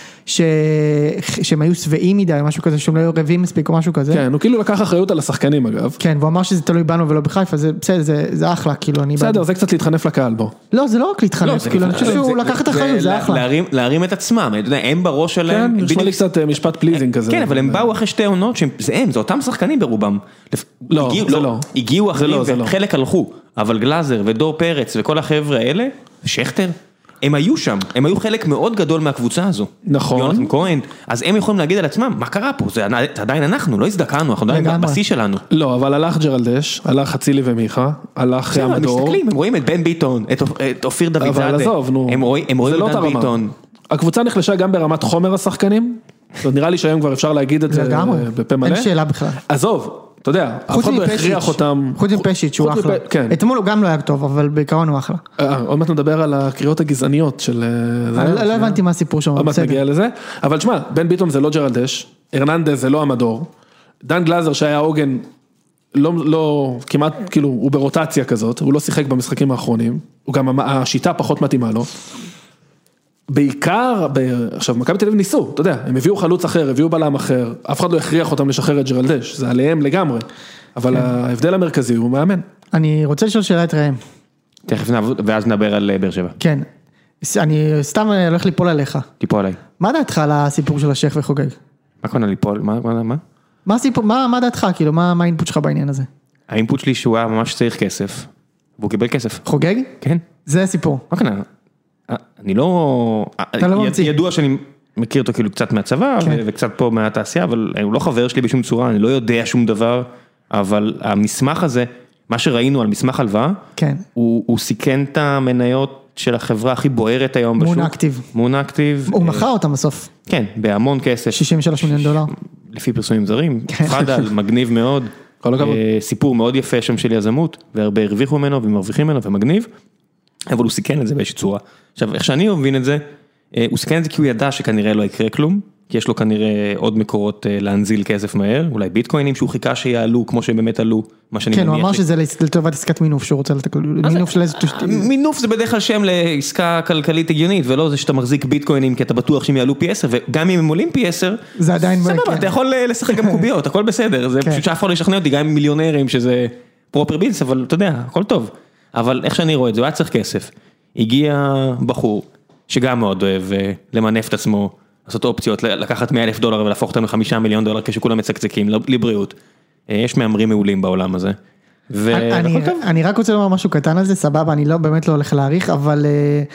שהם היו שבעים מדי, משהו כזה, שהם לא היו רבים מספיק או משהו כזה. כן, הוא כאילו לקח אחריות על השחקנים אגב. כן, והוא אמר שזה תלוי בנו ולא בחיפה, זה בסדר, זה אחלה, כאילו אני... בסדר, זה קצת להתחנף לקהל בו. לא, זה לא רק להתחנף, כאילו אני חושב שהוא לקח את האחריות, זה אחלה. להרים את עצמם, הם בראש שלהם. כן, נשמע לי קצת משפט פליזינג כזה. כן, אבל הם באו אחרי שתי עונות, זה אותם שחקנים ברובם. לא, זה לא. הגיעו אחרים וחלק הלכו, אבל גלאזר ודור פרץ וכל החבר'ה האלה, שכטר, הם היו שם, הם היו חלק מאוד גדול מהקבוצה הזו. נכון. יונתן כהן, אז הם יכולים להגיד על עצמם, מה קרה פה? זה עדיין אנחנו, לא הזדקרנו, אנחנו עדיין בשיא שלנו. לא, אבל הלך ג'רלדש, הלך חצילי ומיכה, הלך המדור. הם מסתכלים, הם רואים את בן ביטון, את אופיר דוד זאדה. אבל עזוב, נו. הם רואים את דן ביטון. הקבוצה נחלשה גם ברמת חומר השחקנים, נראה לי שהיום כבר אפשר להגיד את זה בפה מלא. אין שאלה בכלל. עזוב. אתה יודע, אף אחד לא הכריח אותם. חוץ מפשיץ' שהוא אחלה. אתמול הוא גם לא היה טוב, אבל בעיקרון הוא אחלה. עוד מעט נדבר על הקריאות הגזעניות של... לא הבנתי מה הסיפור שם. עוד מעט נגיע לזה. אבל תשמע, בן ביטון זה לא ג'רלדש, הרננדז זה לא המדור, דן גלאזר שהיה עוגן, לא, כמעט, כאילו, הוא ברוטציה כזאת, הוא לא שיחק במשחקים האחרונים, הוא גם, השיטה פחות מתאימה לו. בעיקר, עכשיו מכבי תל אביב ניסו, אתה יודע, הם הביאו חלוץ אחר, הביאו בלם אחר, אף אחד לא הכריח אותם לשחרר את ג'רלדש, זה עליהם לגמרי, אבל ההבדל המרכזי הוא מאמן. אני רוצה לשאול שאלה את ראם. תכף נעבוד, ואז נדבר על באר שבע. כן, אני סתם הולך ליפול עליך. תיפול עליי. מה דעתך על הסיפור של השייך וחוגג? מה קונה ליפול? מה? מה הסיפור, מה דעתך, כאילו, מה האינפוט שלך בעניין הזה? האינפוט שלי שהוא היה ממש צריך כסף, והוא קיבל כסף. חוגג? כן. זה הסיפור. מה קנה? אני לא... אתה לא ממציא. ידוע שאני מכיר אותו כאילו קצת מהצבא, וקצת פה מהתעשייה, אבל הוא לא חבר שלי בשום צורה, אני לא יודע שום דבר, אבל המסמך הזה, מה שראינו על מסמך הלוואה, הוא סיכן את המניות של החברה הכי בוערת היום בשוק. מון אקטיב. הוא מכר אותם בסוף. כן, בהמון כסף. $63 מיליון. לפי פרסומים זרים, פאדל, מגניב מאוד. סיפור מאוד יפה שם של יזמות, והרבה הרוויחו ממנו ומרוויחים ממנו ומגניב. אבל הוא סיכן את זה באיזושהי צורה. עכשיו, איך שאני מבין את זה, הוא סיכן את זה כי הוא ידע שכנראה לא יקרה כלום, כי יש לו כנראה עוד מקורות להנזיל כסף מהר, אולי ביטקוינים שהוא חיכה שיעלו, כמו שהם באמת עלו, מה שאני מניח. כן, הוא אמר שזה לטובת עסקת מינוף, שהוא רוצה מינוף של איזה... מינוף זה בדרך כלל שם לעסקה כלכלית הגיונית, ולא זה שאתה מחזיק ביטקוינים, כי אתה בטוח שהם יעלו פי 10, וגם אם הם עולים פי 10, זה עדיין... סבבה, אתה יכול לשחק גם קוביות, הכל בסדר, זה פשוט שאף אחד לא ישכנע אותי, גם עם מיליונרים, שזה פרופר ביזנס, אבל אתה יודע, הכל טוב. אבל איך שאני רואה את זה, הוא היה צריך כסף. הגיע בחור, שגם מאוד אוהב למנף את עצמו, לעשות אופציות, לקחת $100,000 ולהפוך אותם ל$5 מיליון, כשכולם מצקצקים, לבריאות. יש מאמרים מעולים בעולם הזה. אני רק רוצה לומר משהו קטן על זה, סבבה, אני באמת לא הולך להאריך, אבל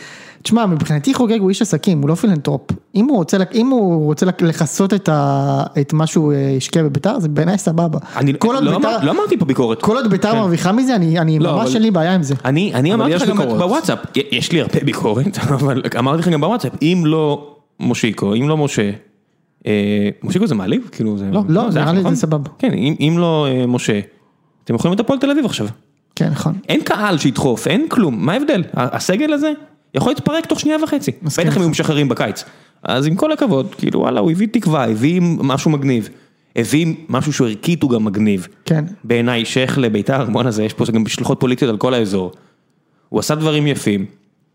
תשמע, מבחינתי חוגג הוא איש עסקים, הוא לא פילנטרופ. אם הוא רוצה לחסות את מה שהוא השקיע בביתר, זה בעיניי סבבה. לא אמרתי פה ביקורת. כל עוד ביתר מרוויחה מזה, אני ממש אין לי בעיה עם זה. אני אמרתי לך גם בוואטסאפ, יש לי הרבה ביקורת, אבל אמרתי לך גם בוואטסאפ, אם לא מושיקו, אם לא משה, מושיקו זה מעליב? לא, נראה לי זה סבבה. כן, אם לא משה, אתם יכולים את הפועל תל אביב עכשיו. כן, נכון. אין קהל שידחוף, אין כלום, מה ההבדל? הסגל הזה יכול להתפרק תוך 2.5 שנים. בטח הם היו משחררים בקיץ. אז עם כל הכבוד, כאילו וואלה, הוא הביא תקווה, הביא משהו מגניב, הביא משהו שהוא ערכית, הוא גם מגניב. כן. בעיניי שייך לביתר, בואנה זה, יש פה גם שלוחות פוליטיות על כל האזור. הוא עשה דברים יפים.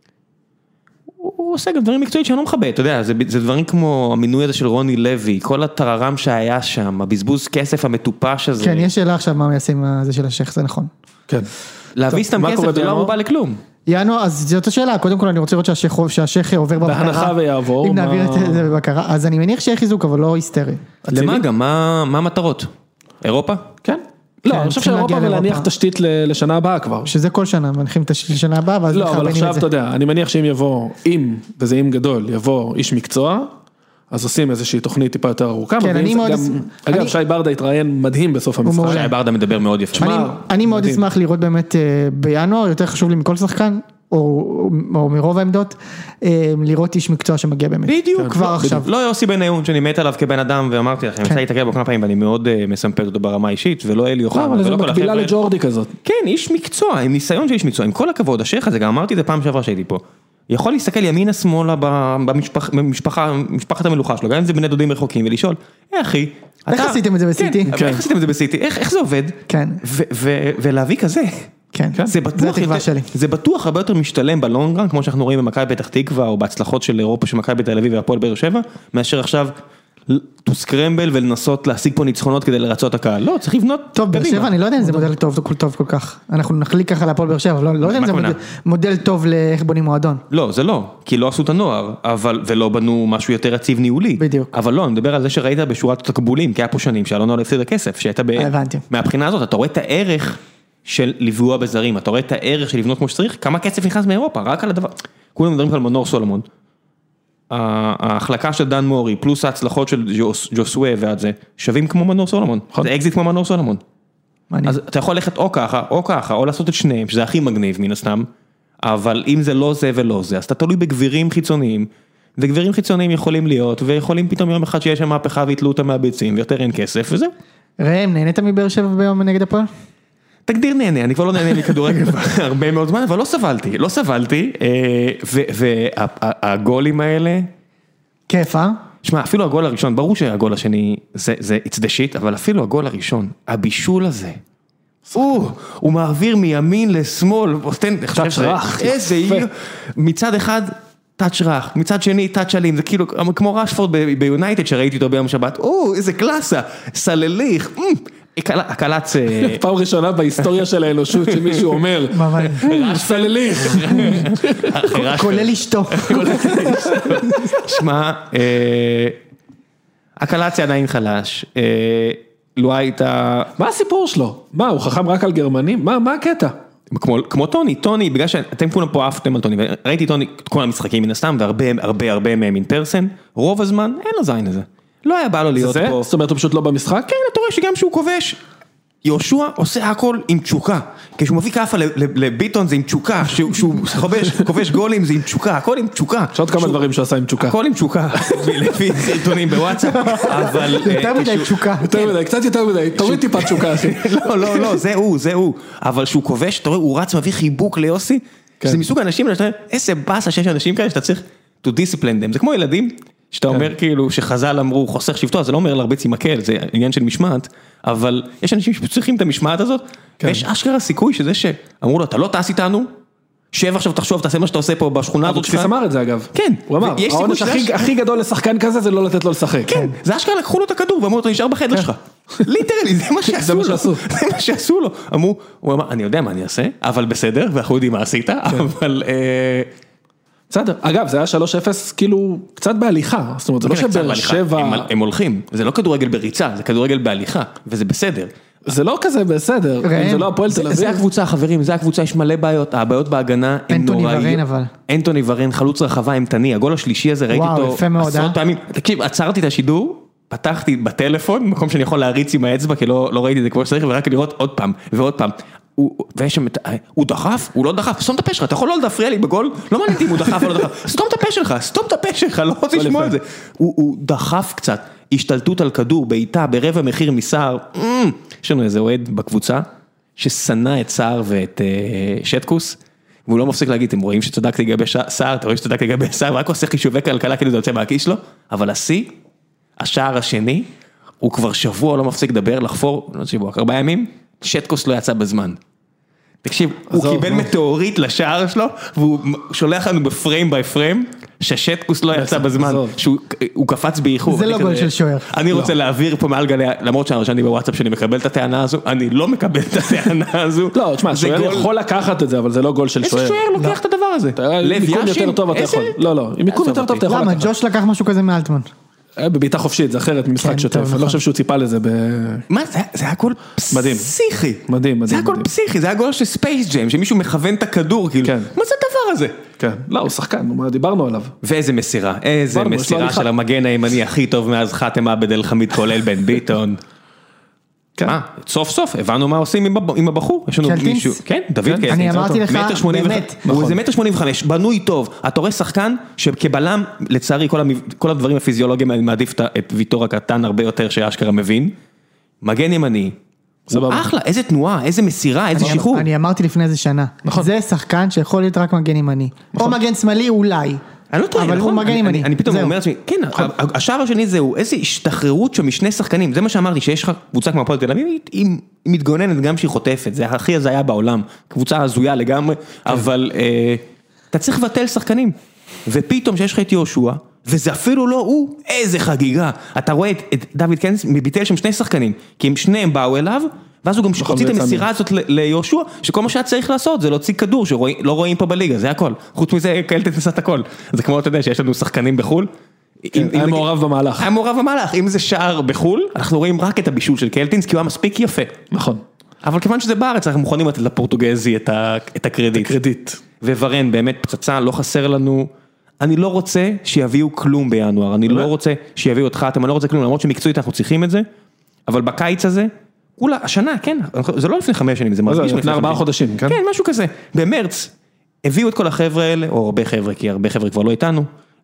הוא עושה גם דברים מקצועית שאני לא מכבד, אתה יודע, זה דברים כמו המינוי הזה של רוני לוי, כל הטררם שהיה שם, הבזבוז כסף המטופש הזה. כן, יש שאלה עכשיו מה יעשה עם זה של השייך, זה נכון. כן. להביא סתם כסף, זה לא ערובה לכלום. ינואר, אז זאת השאלה, קודם כל אני רוצה לראות שהשייך עובר בבקרה. בהנחה ויעבור. אם נעביר את זה בבקרה, אז אני מניח שיהיה חיזוק, אבל לא היסטרי. למה גם? מה המטרות? אירופה? כן. לא, אני חושב שאירופה ולהניח תשתית לשנה הבאה כבר. שזה כל שנה, מניחים תשתית לשנה הבאה, לא, אבל עכשיו אתה יודע, אני מניח שאם יבוא, וזה אם גדול, יבוא איש מקצוע, אז עושים איזושהי תוכנית טיפה יותר ארוכה. כן, אני מאוד... אגב, שי ברדה התראיין מדהים בסוף המשחק. שי ברדה מדבר מאוד יפה. אני מאוד אשמח לראות באמת בינואר, יותר חשוב לי מכל שחקן, או מרוב העמדות, לראות איש מקצוע שמגיע באמת. בדיוק. כבר עכשיו. לא יוסי בניון, שאני מת עליו כבן אדם, ואמרתי לכם, אני להתקל בו כמה פעמים, ואני מאוד מסמפת אותו ברמה אישית, ולא אלי אוחנה. אבל זה מקבילה לג'ורדי כזאת. כן, איש מקצוע, עם ניסיון של איש מקצוע, עם כל הכבוד, השייך הזה, גם אמרתי את זה פעם שעברה שהייתי פה. יכול להסתכל ימינה שמאלה במשפחת המלוכה שלו, גם אם זה בני דודים רחוקים, ולשאול, אחי, איך עשיתם את זה בסיטי? איך עשיתם את זה בסיטי? איך זה עובד? כן. ולהביא כזה. כן, זה התקווה שלי. זה בטוח הרבה יותר משתלם בלונגרן, כמו שאנחנו רואים במכבי פתח תקווה, או בהצלחות של אירופה של מכבי תל אביב והפועל באר שבע, מאשר עכשיו to scramble ולנסות להשיג פה ניצחונות כדי לרצות הקהל. לא, צריך לבנות קדימה. טוב, באר שבע, אני לא יודע אם זה מודל טוב כל כך. אנחנו נחליק ככה להפועל באר שבע, אבל לא יודע אם זה מודל טוב לאיך בונים מועדון. לא, זה לא, כי לא עשו את הנוער, ולא בנו משהו יותר רציב ניהולי. בדיוק. אבל לא, אני מדבר על זה שראית בשורת התקבולים, כי היה פה שנים שהלא נוער הפסיד הכסף, שהייתה מהבחינה הזאת, אתה רואה את הערך של לפגוע בזרים, אתה רואה את הערך של לבנות כמו שצריך, כמה כסף נכנס מאירופה, רק על הדבר. כולם מדברים על מנור סולומון. ההחלקה של דן מורי, פלוס ההצלחות של ג'וסווה ועד זה, שווים כמו מנור סולומון. זה אקזיט כמו מנור סולומון. אז אתה יכול ללכת או ככה, או לעשות את שניהם, שזה הכי מגניב מן הסתם, אבל אם זה לא זה ולא זה, אז אתה תלוי בגבירים חיצוניים, וגבירים חיצוניים יכולים להיות, ויכולים פתאום יום אחד שיש שם מהפכה והתלו אותם מהביצים, ויותר אין כסף, וזהו. ראם, נהנית מבאר שבע ביום נגד הפועל? תגדיר נהנה, אני כבר לא נהנה מכדורגל הרבה מאוד זמן, אבל לא סבלתי, והגולים האלה... כיף, שמע, אפילו הגול הראשון, ברור שהגול השני זה it's the shit, אבל אפילו הגול הראשון, הבישול הזה, הוא מעביר מימין לשמאל, טאץ' רך, מצד אחד, טאץ' רך, מצד שני, טאץ' אלים, זה כאילו, כמו רשפורד ביונייטד שראיתי אותו ביום שבת, איזה קלאסה, סלליך, הקלץ... פעם ראשונה בהיסטוריה של האנושות שמישהו אומר, סלליך. כולל אשתו. שמע, הקלץ עדיין חלש, לא הייתה... מה הסיפור שלו? מה, הוא חכם רק על גרמנים? מה הקטע? כמו טוני, בגלל שאתם כולם פה עפתם על טוני, ראיתי טוני כל המשחקים מן הסתם, והרבה מהם אין פרסן, רוב הזמן אין לו זין לזה. לא היה בא לו להיות פה. זאת אומרת, הוא פשוט לא במשחק? כן, אתה רואה שגם שהוא כובש, יהושע עושה הכל עם תשוקה. כשהוא מביא כאפה לביטון זה עם תשוקה, שהוא כובש גולים זה עם תשוקה, הכל עם תשוקה. יש עוד כמה דברים שעשה עם תשוקה. הכל עם תשוקה, לפי סרטונים בוואטסאפ, אבל... יותר מדי תשוקה. קצת יותר מדי, תוריד טיפה תשוקה, אחי. לא, זה הוא. אבל שהוא כובש, אתה רואה, הוא רץ מביא חיבוק ליוסי, שזה מסוג האנשים, איזה באסה שיש אנשים כאלה שאתה צריך to discipline them, זה כמו ילדים, שאתה אומר כאילו שחז"ל אמרו חוסך שבטו, זה לא אומר להרביץ עם מקל, זה עניין של משמעת, אבל יש אנשים שצריכים את המשמעת הזאת, ויש אשכרה סיכוי שזה שאמרו לו, אתה לא טס איתנו, שב עכשיו תחשוב, תעשה מה שאתה עושה פה בשכונה הזאת. אבוקסיס אמר את זה אגב. כן. הוא אמר, העונש הכי גדול לשחקן כזה זה לא לתת לו לשחק. כן, זה אשכרה לקחו לו את הכדור ואמרו לו, אתה נשאר בחדר שלך. ליטרלי, זה מה שעשו לו. אמרו, הוא אמר, אני יודע מה אני אעשה, אבל בסדר, ואנחנו יודעים מה עשית, אבל... בסדר, אגב, זה היה 3-0 כאילו קצת בהליכה, זאת אומרת, זה לא שבאר שבע... הם הולכים, זה לא כדורגל בריצה, זה כדורגל בהליכה, וזה בסדר. זה לא כזה בסדר, זה לא הפועל תל אביב. זה הקבוצה, חברים, זה הקבוצה, יש מלא בעיות, הבעיות בהגנה הם נוראיות. אנטוני ורן אבל. אנטוני ורן, חלוץ רחבה אימתני, הגול השלישי הזה, ראיתי אותו עשרות פעמים. תקשיב, עצרתי את השידור, פתחתי בטלפון, מקום שאני יכול להריץ עם האצבע, כי לא ראיתי את זה כמו שצריך, ורק לראות עוד פעם ועוד פעם. ויש שם, הוא דחף, הוא לא דחף, סתום את הפה שלך, אתה יכול לא להפריע לי בגול, לא מעניין אם הוא דחף או לא דחף, סתום את הפה שלך, סתום את הפה שלך, לא רוצה לשמוע את זה. הוא דחף קצת, השתלטות על כדור, בעיטה, ברבע מחיר מסער, יש לנו איזה אוהד בקבוצה, ששנא את סער ואת שטקוס, והוא לא מפסיק להגיד, אתם רואים שצדקתי לגבי סער, אתם רואים שצדקתי לגבי סער, ורק עושה חישובי כלכלה כאילו זה יוצא מהכיס שלו, אבל השער השני, הוא כבר שבוע לא מפסיק לדבר, לחפור, לא שבוע, 4 ימים, שטקוס לא יצא בזמן. תקשיב, הוא קיבל מטאורית לשער שלו, והוא שולח לנו בפריים ביי פריים, ששטקוס לא יצא בזמן, שהוא קפץ באיחור. זה לא גול של שוער. אני רוצה להעביר פה מעל גלי, למרות שאני בוואטסאפ שלי מקבל את הטענה הזו, אני לא מקבל את הטענה הזו. לא, תשמע, שוער יכול לקחת את זה, אבל זה לא גול של שוער. איזה שוער לוקח את הדבר הזה? עם מיקום יותר טוב אתה יכול. לא, עם מיקום יותר טוב אתה יכול לקחת. למה, ג'וש לקח משהו כזה מאלטמן? בביתה חופשית, זה אחרת ממשחק שוטף, אני לא חושב שהוא ציפה לזה מה, זה היה גול פסיכי. מדהים. זה היה גול פסיכי, זה היה גול של ספייס ג'ם, שמישהו מכוון את הכדור, כאילו, מה זה הדבר הזה? כן, לא, הוא שחקן, דיברנו עליו. ואיזה מסירה, איזה מסירה של המגן הימני הכי טוב מאז חאתם עבד אל חמיד כולל בן ביטון. סוף סוף, הבנו מה עושים עם הבחור, יש לנו מישהו, כן, דוד קלטינס, אני אמרתי לך, באמת, הוא איזה 1.85 מטר, בנוי טוב, אתה רואה שחקן שכבלם, לצערי כל הדברים הפיזיולוגיים, אני מעדיף את ויטור הקטן הרבה יותר שאשכרה מבין, מגן ימני, הוא אחלה, איזה תנועה, איזה מסירה, איזה שחרור. אני אמרתי לפני איזה שנה, זה שחקן שיכול להיות רק מגן ימני, או מגן שמאלי אולי. אני לא טועה, אבל הוא מגן ימני. אני פתאום אומר לעצמי, כן, השער השני זהו, איזו השתחררות שם משני שחקנים, זה מה שאמרתי, שיש לך קבוצה כמו הפועל תל אביב, היא מתגוננת גם שהיא חוטפת, זה הכי הזיה בעולם, קבוצה הזויה לגמרי, אבל אתה צריך לבטל שחקנים, ופתאום שיש לך את יהושע, וזה אפילו לא הוא, איזה חגיגה, אתה רואה את דוד קלטינס מביטל שם 2 שחקנים, כי הם שניהם באו אליו, ואז הוא גם הוציא את המסירה הזאת ליהושע, שכל מה שהיה צריך לעשות זה להוציא כדור, שלא רואים פה בליגה, זה הכל. חוץ מזה, קלטינס עשה את הכל. זה כמו, אתה יודע, שיש לנו שחקנים בחול. היה מעורב במהלך. היה מעורב במהלך. אם זה שער בחול, אנחנו רואים רק את הבישול של קלטינס, כי הוא היה מספיק יפה. נכון. אבל כיוון שזה בארץ, אנחנו מוכנים לתת לפורטוגזי את הקרדיט. וורן, באמת פצצה, לא חסר לנו. אני לא רוצה שיביאו כלום בינואר. אני לא רוצה שיביאו אותך, אני לא רוצה כלום, למרות שמקצועית אנחנו צריכים את זה. אבל בקיץ הזה, אולי, השנה, כן, זה לא לפני 5 שנים, זה מרגיש לפני 4 חודשים, כן? כן, משהו כזה. במרץ, הביאו את כל החבר'ה האלה, או הרבה חבר'ה, כי הרבה חבר'ה כבר לא איתנו,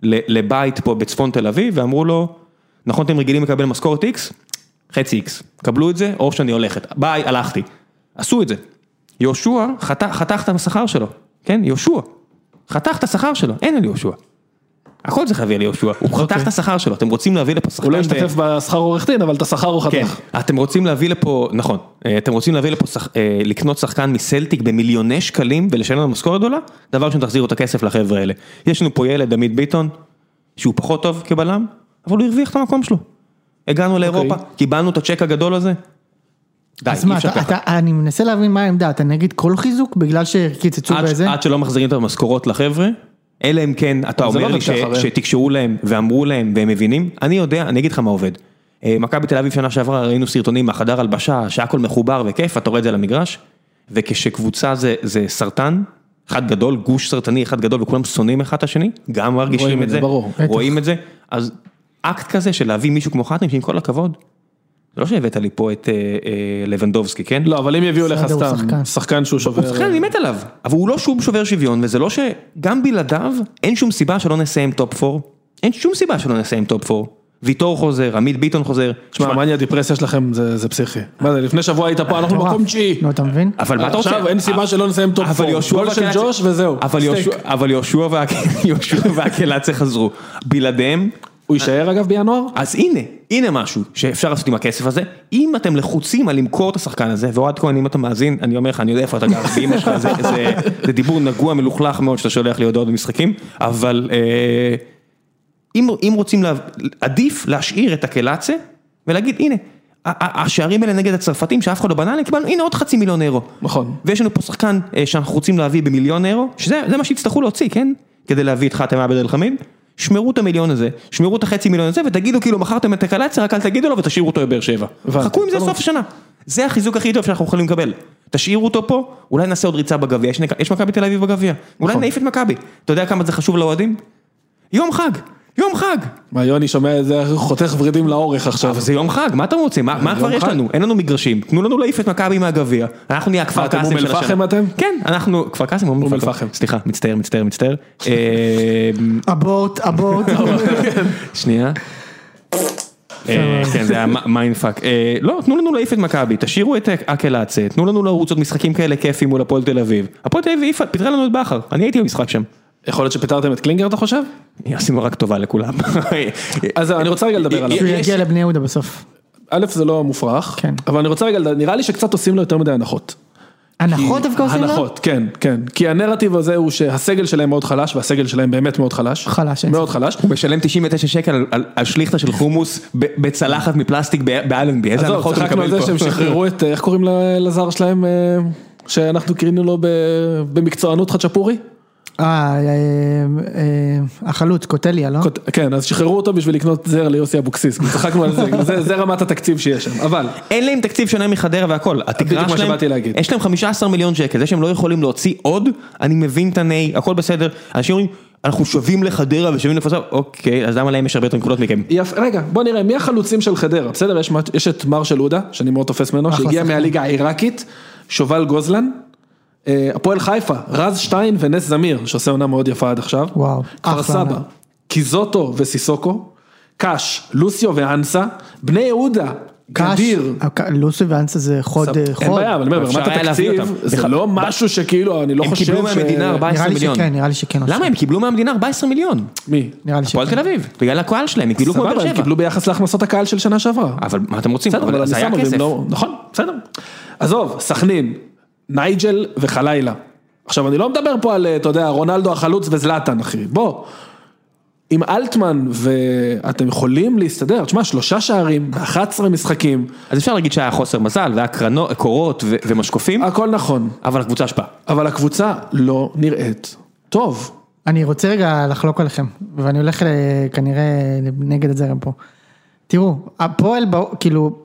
לבית פה בצפון תל אביב, ואמרו לו, נכון, אתם רגילים לקבל משכורת X? חצי X. קבלו את זה, או שאני הולכת. ביי, הלכתי. עשו את זה. יהושע חתך את השכר שלו. כן, יהושע. חתך את השכר שלו. אין על יהושע. הכל צריך להביא על יהושע, הוא חתך את השכר שלו, אתם רוצים להביא לפה שחקן... הוא לא ישתתף בשכר עורך דין, אבל את השכר הוא חתך. כן, אתם רוצים להביא לפה, נכון, אתם רוצים להביא לפה, לקנות שחקן מסלטיק במיליוני שקלים, ולשלם לו משכורת גדולה, דבר שתחזירו את הכסף לחבר'ה האלה. יש לנו פה ילד, דוד ביטון, שהוא פחות טוב כבלם, אבל הוא הרוויח את המקום שלו. הגענו לאירופה, קיבלנו את הצ'ק הגדול הזה. אז מה, אני מנסה להבין מה העמדה, אתה נגיד כל חיזוק, בגלל שקיצצו בזה? עד שלא מחזירים את המשכורות לחבר'ה, אלא אם כן, אתה אומר לי שתקשרו להם ואמרו להם והם מבינים, אני יודע, אני אגיד לך מה עובד. מכבי תל אביב שנה שעברה ראינו סרטונים מהחדר הלבשה, שהכל מחובר וכיף, אתה רואה את זה על המגרש, וכשקבוצה זה סרטן, אחד גדול, גוש סרטני אחד גדול, וכולם שונאים אחד את השני, גם מרגישים את זה, רואים את זה, אז אקט כזה של להביא מישהו כמו חתם, שעם כל הכבוד, זה לא שהבאת לי פה את לבנדובסקי, כן? לא, אבל אם יביאו לך סתם, שחקן שהוא שובר... הוא שחקן, אני מת עליו, אבל הוא לא שום שובר שוויון, וזה לא שגם בלעדיו, אין שום סיבה שלא נסיים טופ 4, אין שום סיבה שלא נסיים טופ 4, ויטור חוזר, עמית ביטון חוזר. תשמע, מניה דיפרסיה שלכם זה פסיכי. מה זה, לפני שבוע היית פה, אנחנו מקום 9. לא, אתה מבין? אבל מה אתה רוצה? עכשיו אין סיבה שלא נסיים טופ 4, גול של ג'וש וזהו. אבל יהושע והקלציה חזרו, בלעדיהם, הוא יישאר אגב בינואר? אז הנה משהו שאפשר לעשות עם הכסף הזה, אם אתם לחוצים על למכור את השחקן הזה, ואוהד כהן, אם אתה מאזין, אני אומר לך, אני יודע איפה אתה גר, באמא שלך, זה דיבור נגוע מלוכלך מאוד, שאתה שולח לי הודעות במשחקים, אבל אם רוצים, עדיף להשאיר את הקלציה, ולהגיד, הנה, השערים האלה נגד הצרפתים, שאף אחד לא בנה, קיבלנו, הנה עוד €500,000. נכון. ויש לנו פה שחקן שאנחנו רוצים להביא ב1,000,000 €, שזה מה שהצטרכו להוציא, כן? כדי להביא את חתם עבד אל חמיד. שמרו את ה1,000,000 הזה, שמרו את ה500,000 הזה, ותגידו כאילו, מכרתם את הקלציה, רק אל תגידו לו, ותשאירו אותו בבאר שבע. חכו עם זה סוף השנה. זה החיזוק הכי טוב שאנחנו יכולים לקבל. תשאירו אותו פה, אולי נעשה עוד ריצה בגביע, יש מכבי תל אביב בגביע, אולי נעיף את מכבי. אתה יודע כמה זה חשוב לאוהדים? יום חג, יום חג. מה, יוני שומע איזה חותך ורידים לאורך עכשיו. אבל זה יום חג, מה אתם רוצים? מה כבר יש לנו? אין לנו מגרשים, תנו לנו להעיף את מכבי מהגביע. אנחנו נהיה כפר קאסם של השנה. אתם אום אל-פחם אתם? כן, אנחנו, כפר קאסם אום אל-פחם. סליחה, מצטער. אבורט. שנייה. כן, זה היה מיינדפאק. לא, תנו לנו להעיף את מכבי, תשאירו את אקלאצה, תנו לנו לרוץ עוד משחקים כאלה כיפים מול הפועל תל אביב. הפועל תל אביב פיטרה לנו את בכר, אני הייתי במשחק שם. יכול להיות שפיטרתם את קלינגר, אתה חושב? עשינו רק טובה לכולם. אז אני רוצה רגע לדבר עליו. שהוא יגיע לבני יהודה בסוף. א' זה לא מופרך, כן. אבל אני רוצה רגע, נראה לי שקצת עושים לו יותר מדי הנחות. הנחות דווקא עושים לו? הנחות, כן. כי הנרטיב הזה הוא שהסגל שלהם מאוד חלש, והסגל שלהם באמת מאוד חלש. חלש. מאוד חלש. הוא משלם 99 שקל על שליחתה של חומוס בצלחת מפלסטיק באלנבי, איזה הנחות הוא צחקנו על מקבל זה פה. שהם שחררו את, איך קוראים לזר שלהם, שאנחנו קראנו לו במקצוענות חצ'פורי? החלוץ, קוטליה, לא? כן, אז שחררו אותו בשביל לקנות זר ליוסי אבוקסיס, צחקנו על זה, זה רמת התקציב שיש שם, אבל... אין להם תקציב שונה מחדרה והכל, התקרה שלהם, יש להם 15 מיליון שקל, זה שהם לא יכולים להוציא עוד, אני מבין את הנאי, הכל בסדר, אנשים אומרים, אנחנו שווים לחדרה ושווים לפסר, אוקיי, אז למה להם יש הרבה יותר נקודות מכם? רגע, בוא נראה, מי החלוצים של חדרה, בסדר, יש את מרשל עודה, שאני מאוד תופס ממנו, שהגיע מהליגה העיראקית, שובל גוזלן, הפועל חיפה, רז שטיין ונס זמיר, שעושה עונה מאוד יפה עד עכשיו. וואו. כפר סבא, קיזוטו וסיסוקו, קש, לוסיו ואנסה, בני יהודה, גדיר. לוסיו ואנסה זה חוד. אין בעיה, אבל אני אומר, ברמת התקציב, זה לא משהו שכאילו, אני לא חושב הם קיבלו מהמדינה 14 מיליון. נראה לי שכן. למה? הם קיבלו מהמדינה 14 מיליון. מי? נראה לי שכן. הפועל תל אביב, בגלל הקהל שלהם, הם קיבלו כמו באר שבע. הם קיבלו ביחס להכנסות הקהל של שנה שעברה. אבל מה אתם רוצים? בסדר, אבל זה היה כסף. נכון, בסדר. עזוב, סכנין, נייג'ל וחלילה. עכשיו, אני לא מדבר פה על, אתה יודע, רונלדו החלוץ וזלטן, אחי. בוא, עם אלטמן ואתם יכולים להסתדר, תשמע, 3 שערים, 11 משחקים. אז אפשר להגיד שהיה חוסר מזל, והיה קורות ומשקופים. הכל נכון. אבל הקבוצה השפעה. אבל הקבוצה לא נראית טוב. אני רוצה רגע לחלוק עליכם, ואני הולך כנראה נגד את זרם פה. תראו, הפועל, כאילו,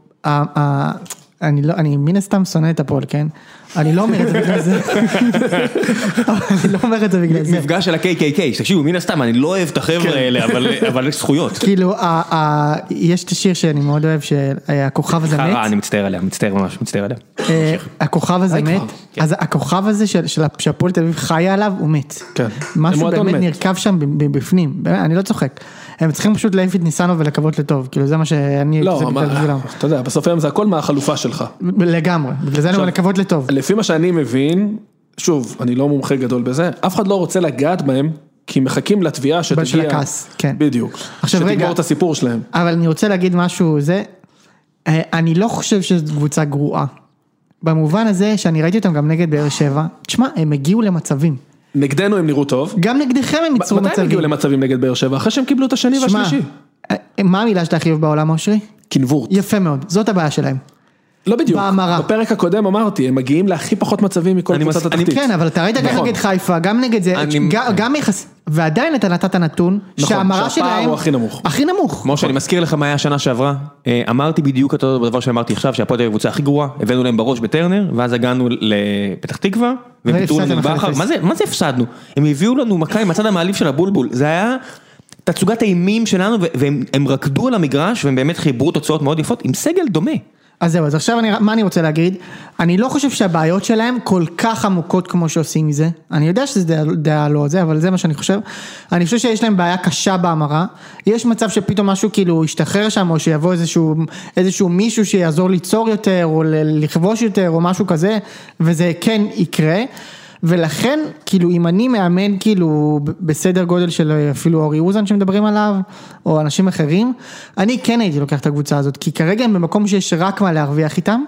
אני מן הסתם שונא את הפועל, כן? אני לא אומר את זה בגלל זה. אני לא אומר את זה בגלל זה. מפגש של ה-KKK, תקשיבו, מן הסתם, אני לא אוהב את החבר'ה האלה, אבל יש זכויות. כאילו, יש את השיר שאני מאוד אוהב, שהכוכב הזה מת. אני מצטער עליה, מצטער עליה. הכוכב הזה מת, אז הכוכב הזה של הפועל תל אביב חיה עליו, הוא מת. משהו באמת נרכב שם בפנים, אני לא צוחק. הם צריכים פשוט להעיף את ניסנו ולקוות לטוב, כאילו זה מה שאני... לא, אתה יודע, בסוף היום זה הכל מהחלופה שלך. לגמרי, בגלל זה אני אומר לקוות לטוב. לפי מה שאני מבין, שוב, אני לא מומחה גדול בזה, אף אחד לא רוצה לגעת בהם, כי מחכים לתביעה שתגיע... של הכעס, כן. בדיוק. שתגמור את הסיפור שלהם. אבל אני רוצה להגיד משהו, אני לא חושב שזו קבוצה גרועה. במובן הזה שאני ראיתי אותם גם נגד באר שבע, תשמע, הם הגיעו למצבים. נגדנו הם נראו טוב. גם נגדכם הם ייצרו מצבים. מתי הם הגיעו למצבים נגד באר שבע? אחרי שהם קיבלו את השני והשלישי. מה המילה שאתה הכי אוהב בעולם, אושרי? קנבורט. יפה מאוד, זאת הבעיה שלהם. לא בדיוק. בהמרה. בפרק הקודם אמרתי, הם מגיעים להכי פחות מצבים מכל קבוצת התחתית. כן, אבל אתה ראית גם נגד חיפה, גם נגד זה, גם יחס, ועדיין אתה נתת נתון, שההמרה שלהם... שהפער הוא הכי נמוך. הכי נמוך. משה, אני מזכיר לך מה היה השנה שעברה, אמרתי בדיוק אותו דבר שאמרתי עכשיו, שהפועל תל אביב הקבוצה הכי גרועה, הבאנו להם בראש בטרנר, ואז הגענו לפתח תקווה, ופיטרו לנו את בכר. מה זה הפסדנו? הם הביאו לנו מכה עם הצד המעליב של הבולבול, זה היה תצוגת האימים שלנו, והם רקדו על המגרש, והם באמת חיברו תוצאות מאוד יפות, עם סגל דומה. אז זהו, אז עכשיו מה אני רוצה להגיד? אני לא חושב שהבעיות שלהם כל כך עמוקות כמו שעושים מזה. אני יודע שזה דעה לא זה, אבל זה מה שאני חושב. אני חושב שיש להם בעיה קשה בהמרה. יש מצב שפתאום משהו כאילו ישתחרר שם, או שיבוא איזשהו מישהו שיעזור ליצור יותר, או לכבוש יותר, או משהו כזה, וזה כן יקרה. ולכן, כאילו, אם אני מאמן, כאילו, בסדר גודל של אפילו אורי אוזן שמדברים עליו, או אנשים אחרים, אני כן הייתי לוקח את הקבוצה הזאת, כי כרגע הם במקום שיש רק מה להרוויח איתם,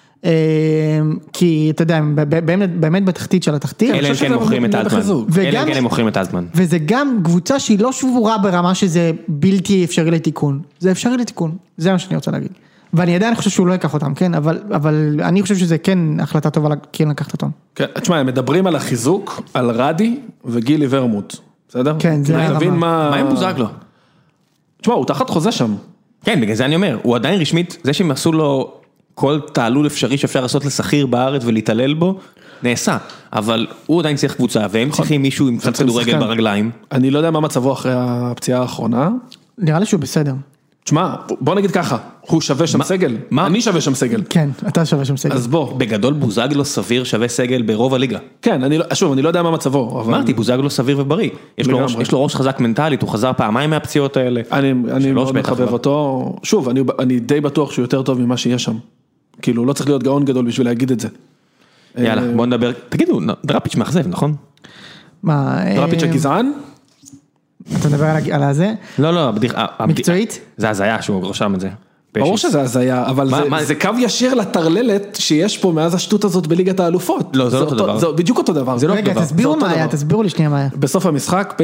כי, אתה יודע, הם באמת בתחתית של התחתית. אלה כן מוכרים את האזמן. וזה גם קבוצה שהיא לא שבורה ברמה שזה בלתי אפשרי לתיקון. זה אפשרי לתיקון. זה מה שאני רוצה להגיד. ואני עדיין חושב שהוא לא ייקח אותם, כן, אבל אני חושב שזה כן החלטה טובה, כן לקחת אותם. כן, תשמע, הם מדברים על החיזוק, על רדי וגילי ורמוט, בסדר? כן, זה היה רמה. מה הם בוזגלו? תשמע, הוא תחת חוזה שם. כן, בגלל זה אני אומר, הוא עדיין רשמית, זה שהם עשו לו כל תעלול אפשרי שאפשר לעשות לשכיר בארץ ולהתעלל בו, נעשה, אבל הוא עדיין צריך קבוצה, והם צריכים מישהו עם קצת כדורגל ברגליים. אני לא יודע מה מצבו אחרי הפציעה האחרונה. נראה לי שהוא בסדר. תשמע, בוא נגיד ככה, הוא שווה שם סגל. אני שווה שם סגל. כן, אתה שווה שם סגל. אז בוא. בגדול בוזגלו סביר שווה סגל ברוב הליגה. כן, שוב, אני לא יודע מה מצבו. אמרתי, בוזגלו סביר ובריא. יש לו ראש חזק מנטלית, הוא חזר פעמיים מהפציעות האלה. אני מאוד מחבב אותו. שוב, אני די בטוח שהוא יותר טוב ממה שיש שם. כאילו, לא צריך להיות גאון גדול בשביל להגיד את זה. יאללה, בוא נדבר. תגידו, דראפיץ' מאכזב, נכון? מה? דראפיץ' הגזען? אתה מדבר על הזה? לא, מקצועית? זה הזיה שהוא רשם את זה. ברור שזה הזיה, אבל זה קו ישיר לטרללת שיש פה מאז השטות הזאת בליגת האלופות. לא, זה לא אותו דבר. זה בדיוק אותו דבר. רגע, תסבירו מה היה, תסבירו לי שנייה מה היה. בסוף המשחק,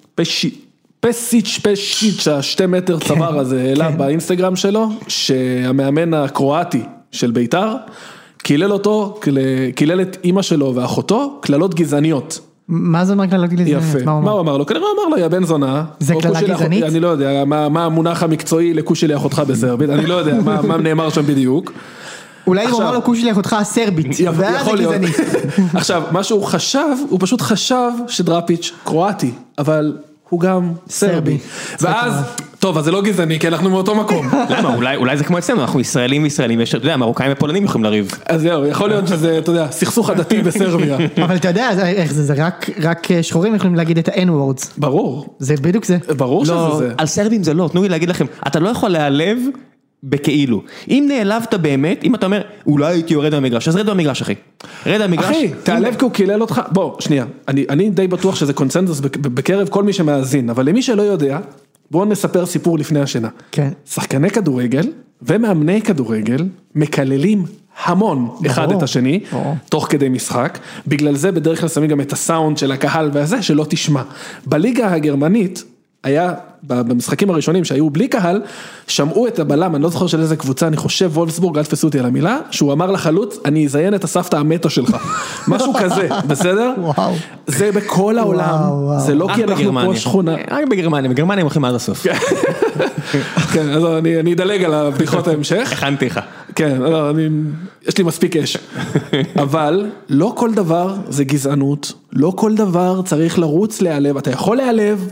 פסיץ', השתי מטר צוואר הזה, העלה באינסטגרם שלו, שהמאמן הקרואטי של ביתר, קילל את אמא שלו ואחותו, כללות גזעניות. מה זה אומר כללות גזעניות? יפה. מה הוא אמר לו? כנראה הוא אמר לו, יא בן זונה. זה כללה גזענית? אני לא יודע, מה המונח המקצועי לקושי לאחותך בסרבית, אני לא יודע מה נאמר שם בדיוק. אולי הוא אמר לו קושי לאחותך הסרבית, יכול להיות. עכשיו, מה שהוא חשב, הוא פשוט חשב שדראפיץ' קרואטי, אבל הוא גם סרבי. ואז, טוב, אז זה לא גזעני, כי אנחנו מאותו מקום. למה? אולי זה כמו אצלנו, אנחנו ישראלים, אתה יודע, מרוקאים ופולנים יכולים לריב. אז זהו, יכול להיות שזה, אתה יודע, סכסוך עדתי בסרביה. אבל אתה יודע איך זה, רק שחורים יכולים להגיד את ה-N-words. ברור. זה בדיוק זה. ברור שזה זה. על סרבים זה לא, תנו לי להגיד לכם, אתה לא יכול להיעלב בכאילו. אם נעלבת באמת, אם אתה אומר, אולי הייתי יורד מהמגרש, אז רד מהמגרש, אחי. רד מהמגרש. אחי, תעלב כי הוא קילל אותך. בוא, שנייה. אני די בטוח שזה קונצנזוס בקרב כל מי שמאזין, אבל למי שלא יודע, בואו נספר סיפור לפני השינה. כן. שחקני כדורגל ומאמני כדורגל מקללים המון אחד את השני, תוך כדי משחק. בגלל זה בדרך כלל שמים גם את הסאונד של הקהל והזה, שלא תשמע. בליגה הגרמנית, היה במשחקים הראשונים שהיו בלי קהל, שמעו את הבלם, אני לא זוכר של איזה קבוצה, אני חושב וולפסבורג, אל תפסו אותי על המילה, שהוא אמר לחלוץ, אני אזיין את הסבתא המטה שלך. משהו כזה, בסדר? וואו. זה בכל העולם, זה לא כי אנחנו פה שכונה. רק בגרמניה הם הולכים עד הסוף. כן, אז אני אדלג על הבדיחות ההמשך. הכנתי לך. כן, יש לי מספיק אש. אבל לא כל דבר זה גזענות, לא כל דבר צריך לרוץ להיעלב, אתה יכול להיעלב,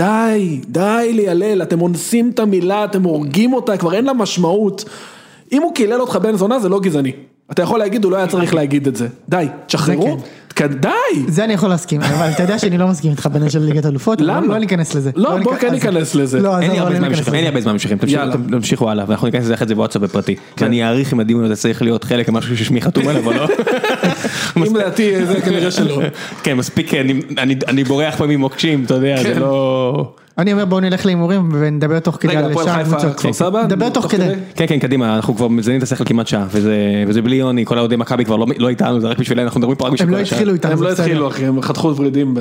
די להיעלל, אתם אונסים את המילה, אתם הורגים אותה, כבר אין לה משמעות. אם הוא קילל אותך בן זונה, זה לא גזעני. אתה יכול להגיד, הוא לא היה צריך להגיד את זה. די, תשחררו. די. זה אני יכול להסכים, אבל אתה יודע שאני לא מסכים איתך בעניין של ליגת האלופות, לא ניכנס לזה. לא, בוא כן ניכנס לזה. אין לי הרבה זמן ממשיכים, תמשיכו הלאה, ואנחנו ניכנס לזה את זה בוואטסאפ בפרטי. ואני אעריך אם הדיון הזה צריך להיות חלק ממשהו ששמי חתום עליו או לא. אם לדעתי זה כנראה שלא. כן, מספיק, אני בורח פה ממוקשים, אתה יודע, זה לא... אני אומר בואו נלך להימורים ונדבר תוך כדי. רגע, הפועל חיפה, כפר סבא? נדבר תוך כדי. כן, קדימה, אנחנו כבר מזיינים את השכל כמעט שעה, וזה בלי יוני, כל העודי מכבי כבר לא איתנו, זה רק בשבילנו, אנחנו מדברים פה רק בשביל כל השעה. הם לא התחילו אחי, הם חתכו ורידים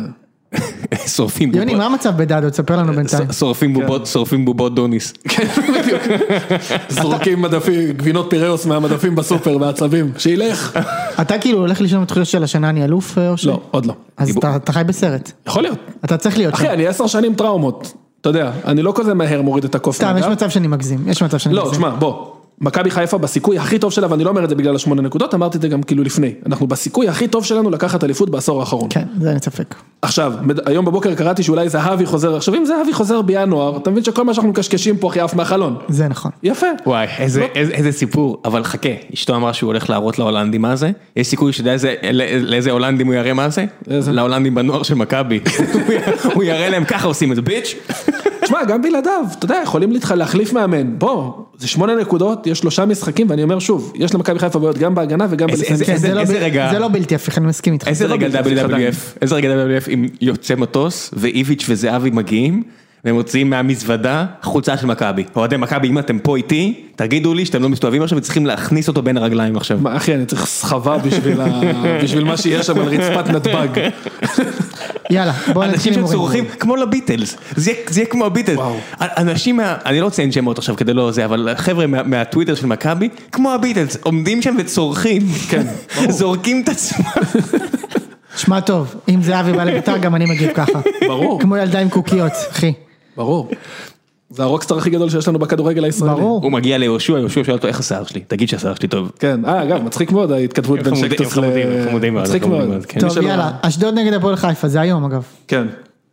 שורפים בובות. יוני, מה המצב בדדו? תספר לנו בינתיים. שורפים בובות דוניס. כן, בדיוק. זורקים גבינות פיראוס מהמדפים בסופר והעצבים, שילך. אתה כאילו הולך לישון בתחילת של השנה, אני אלוף או ש... לא, עוד לא. אז אתה חי בסרט. יכול להיות. אתה צריך להיות שם. אחי, אני 10 שנים טראומות. אתה יודע, אני לא כזה מהר מוריד את הקוף. סתם, יש מצב שאני מגזים. לא, תשמע, בוא. מכבי חיפה בסיכוי הכי טוב שלה, ואני לא אומר את זה בגלל 8 נקודות, אמרתי את זה גם כאילו לפני. אנחנו בסיכוי הכי טוב שלנו לקחת אליפות בעשור האחרון. כן, זה אין ספק. עכשיו, היום בבוקר קראתי שאולי זהבי חוזר, עכשיו אם זהבי חוזר בינואר, אתה מבין שכל מה שאנחנו מקשקשים פה הכי עף מהחלון. זה נכון. יפה. וואי, איזה סיפור, אבל חכה, אשתו אמרה שהוא הולך להראות להולנדים מה זה, יש סיכוי שדע לאיזה הולנדים הוא יראה מה זה? להולנדים בנוער של מכבי. הוא יראה להם ככה עושים את זה, ביץ'. תשמע, גם בלעדיו, אתה יודע, יכולים להחליף מאמן. בוא, זה 8 נקודות, יש 3 משחקים, ואני אומר שוב, יש למכבי חיפה בעיות גם בהגנה וגם בלסנס. זה לא בלתי הפיך, אני מסכים איתך. איזה רגע WF אם יוצא מטוס, ואיביץ' וזהבי מגיעים, והם מוציאים מהמזוודה חולצה של מכבי. אוהדי מכבי, אם אתם פה איתי, תגידו לי שאתם לא מסתובבים עכשיו, וצריכים להכניס אותו בין הרגליים עכשיו. מה, אחי, אני צריך סחבה בשביל מה שיש שם על רצפת נתב"ג. יאללה, בוא נתחיל אנשים שצורכים כמו לביטלס, זה יהיה כמו הביטלס. אנשים, אני לא ציין שמות עכשיו כדי לא זה, אבל חבר'ה מהטוויטר של מכבי, כמו הביטלס, עומדים שם וצורכים, זורקים את עצמם. שמע טוב, אם זה אבי בא לביתר, גם אני מגיב ככה. ברור. כמו ילדה עם קוקיות, אחי. ברור. זה הרוקסטאר הכי גדול שיש לנו בכדורגל הישראלי. ברור. הוא מגיע ליהושע, יהושע שואל אותו איך השיער שלי, תגיד שהשיער שלי טוב. כן, אגב, מצחיק מאוד ההתכתבות בין שקטוס חמודים מאוד. מצחיק מאוד. טוב, יאללה, אשדוד נגד הפועל חיפה, זה היום אגב. כן.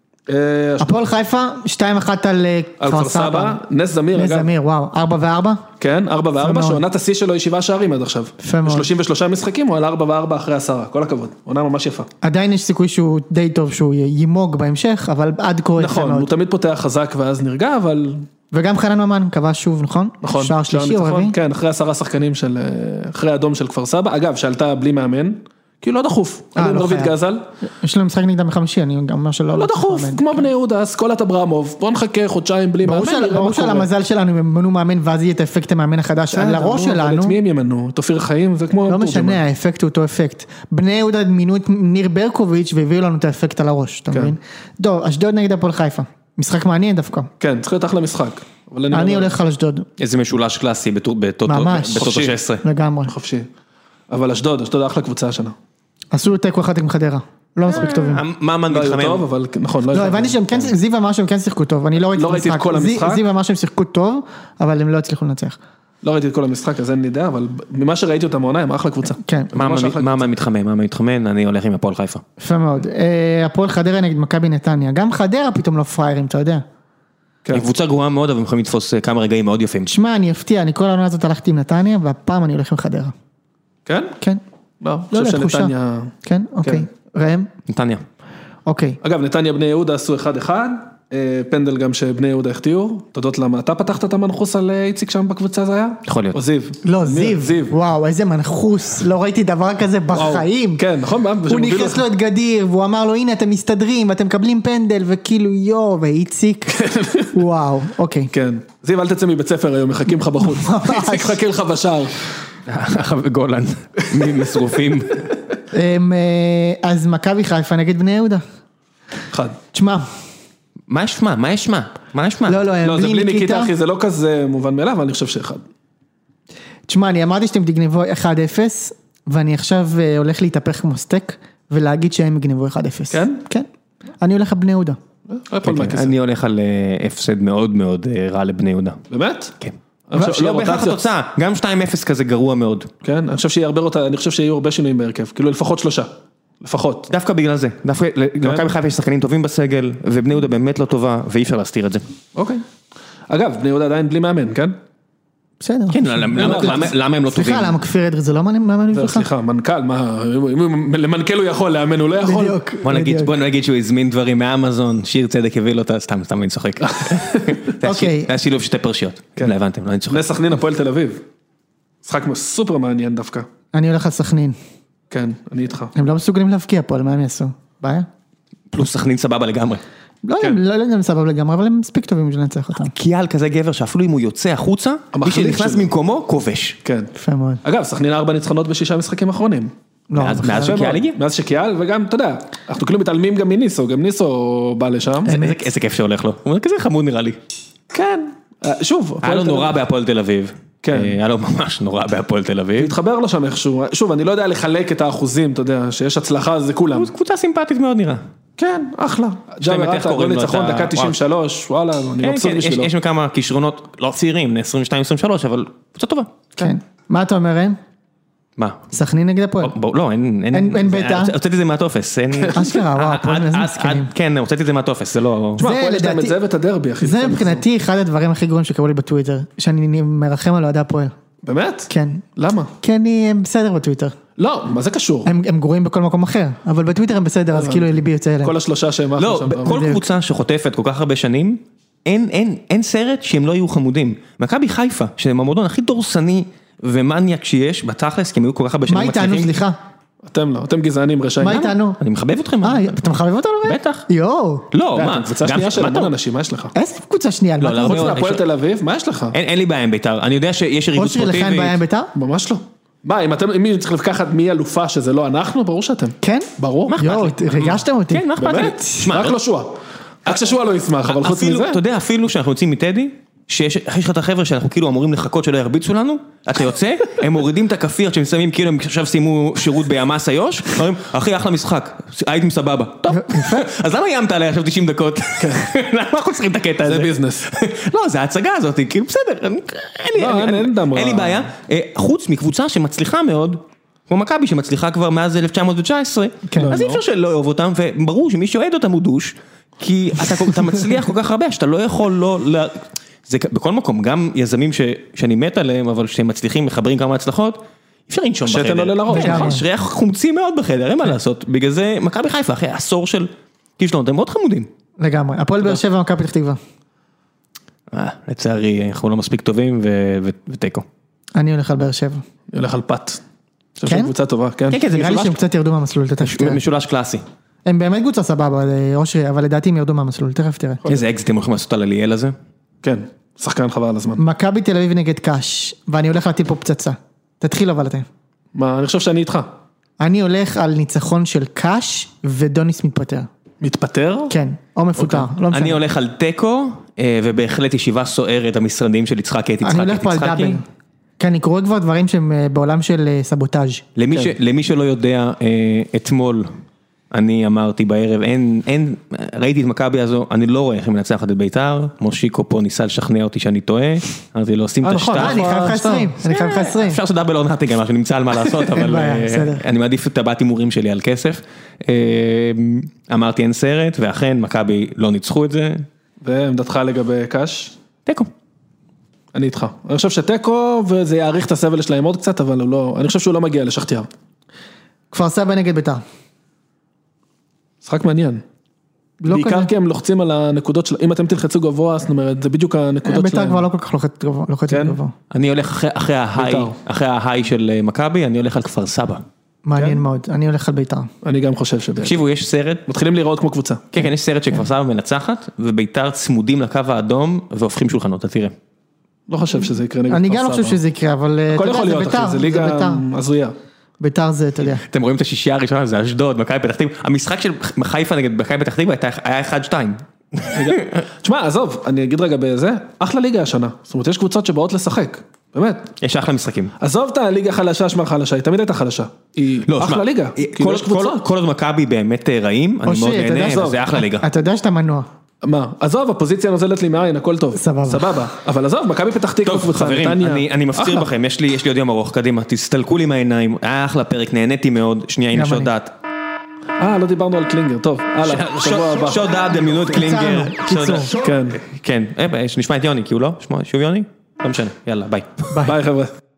הפועל חיפה, 2-1 על כפר סבא. נס זמיר, נס אגב. זמיר, וואו, 4-4. כן, 4-4, מאוד. שעונת השיא שלו היא 7 שערים עד עכשיו. יפה מאוד. 33 משחקים, הוא על 4-4 אחרי 10, כל הכבוד. עונה ממש יפה. עדיין יש סיכוי שהוא די טוב, שהוא ימוג בהמשך, אבל עד כה יפה נכון, הוא מאוד. תמיד פותח חזק ואז נרגע, אבל... וגם חנן ממן קבע שוב, נכון? נכון. שער שלישי או רביעי? כן, אחרי 10 שחקנים של... אחרי אדום של כפר סבא. אגב, שעלתה בלי מאמן, כאילו לא דחוף. עלו עם לא רבית חייב. גזל. יש לנו משחק נגדם בחמישי, אני גם אומר שלא... לא דחוף, מאמן. כמו בני יהודה, אסכולת אברמוב. בוא נחכה חודשיים בלי מאמן. ברור שעל המזל שלנו הם ימנו מאמן, ואז יהיה את האפקט המאמן החדש על הראש שלנו. את מי הם ימנו? את אופיר חיים, זה כמו... לא משנה, האפקט הוא אותו אפקט. בני יהודה מינו את ניר ברקוביץ' והביאו לנו את האפקט על הראש, אתה מבין? טוב, אשדוד נגד הפועל חיפה. משחק מעניין דווקא. כן, צריך להיות אחלה משחק. אני הולך על אשדוד. איזה משולש קלאסי בטוטו ממש. 16. לגמרי. חופשי. אבל אשדוד אחלה קבוצה השנה. עשו תיקו אחד עם חדרה. לא מספיק טובים. מאמן לא היו טוב, מתחמם. אבל נכון, לא, הבנתי שהם כן, זיו אמר שהם כן שיחקו טוב, אני לא ראיתי את כל המשחק. זיו אמר שהם שיחקו טוב, אבל הם לא הצליחו לנצח. לא ראיתי את כל המשחק, אז אין לי דעה, אבל ממה שראיתי אותם העונה, הם אחלה קבוצה. כן. מאמן מתחמם, אני הולך עם הפועל חיפה. יפה מאוד. הפועל חדרה נגד מכבי נתניה. גם חדרה פתאום לא פריירים, אתה יודע. קבוצה גרועה מאוד, אבל הם יכולים לתפוס כמה רגעים מאוד יפים. שמע, אני אפתיע, אני כל העונה הזאת הלכתי עם נתניה, והפעם אני הולך עם חדרה. כן? כן. לא, לא אני חושב לתחושה. שנתניה... כן, אוקיי. ראם? נתניה. אוקיי. אגב, נתניה בני יהודה עשו 1-1, פנדל גם שבני יהודה החטיאו, תודות למה, אתה פתחת את המנחוס על איציק שם בקבוצה זה היה? יכול להיות. או זיו? לא, זיו. וואו, איזה מנחוס, לא ראיתי דבר כזה בחיים. כן, נכון? הוא נכנס לו את גדיר, והוא אמר לו, הנה אתם מסתדרים, ואתם מקבלים פנדל, וכאילו ואיציק, וואו, אוקיי. כן. זיו, אל תצא מבית ספר היום, מחכים לך בחוץ. איציק חכה לך בשער. גולן, משרופים. אז מכבי חיפה נגד בני יהודה. 1. תשמע. מה יש מה? לא, זה בלי ניקיטה, אחי, זה לא כזה מובן מאליו, אבל אני חושב ש1. תשמע, אני אמרתי שאתם תגנבו 1-0, ואני עכשיו הולך להתהפך כמו סטייק, ולהגיד שהם יגנבו 1-0. כן? כן. אני הולך על בני יהודה. אני הולך על הפסד מאוד מאוד רע לבני יהודה. באמת? כן. לא בהכרח התוצאה, גם 2-0 כזה גרוע מאוד. כן, אני חושב שיהיו הרבה שינויים בהרכב, כאילו לפחות 3. לפחות. דווקא בגלל זה, דווקא למכבי חיפה יש שחקנים טובים בסגל, ובני יהודה באמת לא טובה, ואי אפשר להסתיר את זה. אוקיי. אגב, בני יהודה עדיין בלי מאמן, כן? בסדר. כן, למה הם לא טובים? סליחה, למה כפיר אדרי זה לא מאמן בשבילך? סליחה, מנכ"ל, מה, למנכ"ל הוא יכול, לאמן הוא לא יכול. בוא נגיד שהוא הזמין דברים מאמזון, שיר צדק הביא לו, סתם אני צוחק. אוקיי. זה היה שילוב שתי פרשיות, לא הבנתם, לא אני צוחק. בני סכנין הפועל תל אביב. משחק סופר מעניין דווקא. אני הולך על סכנין. כן, אני איתך. הם לא מסוגלים להבקיע פה, מה הם יעשו? בעיה? פלוס סכנין סבבה לגמרי. לא יודע אם סבבה לגמרי, אבל הם מספיק טובים בשביל לנצח אותם. קיאל כזה גבר שאפילו אם הוא יוצא החוצה, מי שנכנס במקומו, כובש. כן. יפה מאוד. אגב, סכנין 4 ניצחונות ב6 משחקים אחרונים. מאז שקיאל הגיע? מאז שקיאל, וגם, אתה יודע, אנחנו כאילו מתעלמים גם מניסו, גם ניסו בא לשם. איזה כיף שהולך לו. הוא אומר כזה חמוד נראה לי. כן. שוב. היה לו נורא בהפועל תל אביב. כן. היה לו ממש נורא בהפועל תל אביב. התחבר לו שם איכשהו. שוב, אני לא יודע לחלק את האחוזים, אתה יודע, שיש הצלחה, זה כולם. קבוצה סימפטית מאוד נראה. כן, אחלה. ג'אבר עטה, גול ניצחון, דקה 93, וואלה, אני מבסוט בשבילו. יש כמה כישרונות, לא צעירים, 22-23, אבל קבוצה טובה. כן. מה אתה אומר, ראם? מה? סכנין נגד הפועל. לא, אין ביתה. הוצאתי את זה מהטופס. אשכרה, וואו, הפועל איזה מסכנים. כן, הוצאתי את זה מהטופס, זה לא... תשמע, הפועל יש להם את זה ואת הדרבי, אחי. זה מבחינתי אחד הדברים הכי גרועים שקראו לי בטוויטר, שאני מרחם על אוהדי הפועל. באמת? כן. למה? כי הם בסדר בטוויטר. לא, מה זה קשור? הם גרועים בכל מקום אחר, אבל בטוויטר הם בסדר, אז כאילו ליבי יוצא אליהם. כל השלושה שהם אחלה לא, שם. כל קבוצה שחוטפת כל כך הרבה שנים, אין סרט שהם לא יהיו חמודים. מכבי חיפה, שהם המועדון הכי דורסני ומניאק שיש, בתכלס, כי הם היו כל כך הרבה שנים מה איתנו, סליחה? אתם לא, אתם גזענים רשעים. מה איתנו? אני מחבב אתכם. אתה מחבב אותנו? בטח. יואו. לא, מה? קבוצה שנייה של המון אנשים, מה יש לך? איזה קבוצה שנייה? חוץ מהפועל תל אביב, מה יש לך? אין לי בעיה עם בית"ר, אני יודע שיש יריבות אושרי, לך אין ספורטיבית. בעיה עם בית"ר? ממש לא. מה, אם מי צריך לקחת מי אלופה שזה לא אנחנו, ברור שאתם. כן? ברור. יואו, ריגשתם אותי. כן, מה אכפת לי? באמת? רק לא שואה. רק ששואה לא ישמח, אבל חוץ מזה. אתה יודע, אפילו שאנחנו יוצאים מטדי, אחרי שאתה חבר'ה שאנחנו כאילו אמורים לחכות שלא ירביצו לנו, אתה יוצא, הם מורידים את הכפיר שהם שמים כאילו הם עכשיו סיימו שירות בימ"ס איו"ש, אומרים, אחי אחלה משחק, הייתם סבבה. טוב, אז למה איימת עליי עכשיו 90 דקות? למה אנחנו צריכים את הקטע הזה? זה ביזנס. לא, זה ההצגה הזאת, כאילו בסדר, אין לי בעיה, חוץ מקבוצה שמצליחה מאוד, כמו מכבי שמצליחה כבר מאז 1919, אז אי אפשר שלא אוהב אותם, וברור שמי שאוהד אותם הוא דוש, כי אתה מצליח כל כך הרבה, שאתה לא יכול לא... זה בכל מקום, גם יזמים שאני מת עליהם, אבל שהם מצליחים, מחברים כמה הצלחות, אפשר לנשום בחדר. שתן עולה לראש. יש ריח חומצי מאוד בחדר, אין מה לעשות. בגלל זה, מכבי חיפה, אחרי עשור של כישלונות, הם מאוד חמודים. לגמרי. הפועל באר שבע, מכבי פתח תקווה. לצערי, אנחנו לא מספיק טובים וטקו. אני הולך על באר שבע. אני הולך על פת. כן? קבוצה טובה, כן. כן, זה נראה לי שהם קצת ירדו מהמסלול. משולש קלאסי. הם באמת קבוצה סבבה, אושרי, אבל לדעתי הם ירדו מהמסלול, תכף תראה. איזה אקזיט הם הולכים לעשות על הליאל הזה? כן, שחקן חבל על הזמן. מכבי תל אביב נגד קאש, ואני הולך להטיל פה פצצה. תתחיל אבל אתם. מה, אני חושב שאני איתך. אני הולך על ניצחון של קאש, ודוניס מתפטר. מתפטר? כן, או מפוטר, לא משנה. אני הולך על טקו, ובהחלט ישיבה סוערת המשרדים של יצחק אתי אני הולך פה על דאבל. כן, אני קורא כבר דברים שהם בעולם של סבוטאז'. למי שלא יודע, אתמול אני אמרתי בערב, ראיתי את מכבי הזו, אני לא רואה איך היא מנצחת את בית"ר, מושיקו פה ניסה לשכנע אותי שאני טועה, אמרתי לו, שים את השטר. אני חייב לך 20, אפשר לעשות דאבל און האטינג, שנמצא על מה לעשות, אבל אני מעדיף את הבעת הימורים שלי על כסף. אמרתי אין סרט, ואכן מכבי לא ניצחו את זה. ועמדתך לגבי קאש? טקו. אני איתך. אני חושב שטקו, וזה יאריך את הסבל שלהם עוד קצת, אבל אני חושב שהוא לא מגיע לשכתיאר. כפר סבא נגד בית"ר. משחק מעניין. בעיקר כי הם לוחצים על הנקודות של... אם אתם תלחצו גבוה, זאת אומרת, זה בדיוק הנקודות שלהם. בית"ר כבר לא כל כך לוחצת גבוה. אני הולך אחרי ההיי של מכבי, אני הולך על כפר סבא. מעניין מאוד, אני הולך על בית"ר. אני גם חושב שבית"ר. תקשיבו, יש סרט... מתחילים לראות כמו קבוצה. כן, יש סרט שכפר סבא מנצחת, ובית"ר צמודים לקו האדום, והופכים שולחנות, תראה. לא חושב שזה יקרה נגד כפר סבא. אני גם לא חושב שזה יקרה, אבל... הכל יכול להיות, אחי, זה ליגה הזויה. בית"ר זה, אתה יודע. אתם רואים את השישייה הראשונה, זה אשדוד, מכבי פתח תקווה. המשחק של חיפה נגד מכבי פתח תקווה היה 1-2. תשמע, עזוב, אני אגיד רגע בזה, אחלה ליגה השנה. זאת אומרת, יש קבוצות שבאות לשחק. באמת. יש אחלה משחקים. עזוב את הליגה חלשה, שמה חלשה, היא תמיד הייתה חלשה. היא אחלה ליגה. כל עוד מכבי באמת רעים, אני מאוד נהנה, וזה אחלה ליגה. אתה יודע שאתה מנוע. מה? עזוב, הפוזיציה נוזלת לי מעין, הכל טוב. סבבה. אבל עזוב, מכבי פתח תקווה קבוצה, נתניה. אני מפציר בכם, יש לי עוד יום ארוך, קדימה, תסתלקו לי מהעיניים, היה אחלה פרק, נהניתי מאוד, שנייה, הנה שעות דעת. לא דיברנו על קלינגר, טוב, הלאה, שבוע הבא. שעות דעת, דמיינו את קלינגר. כן. כן, נשמע את יוני, כי הוא לא? שוב יוני? לא משנה, יאללה, ביי. ביי חבר'ה.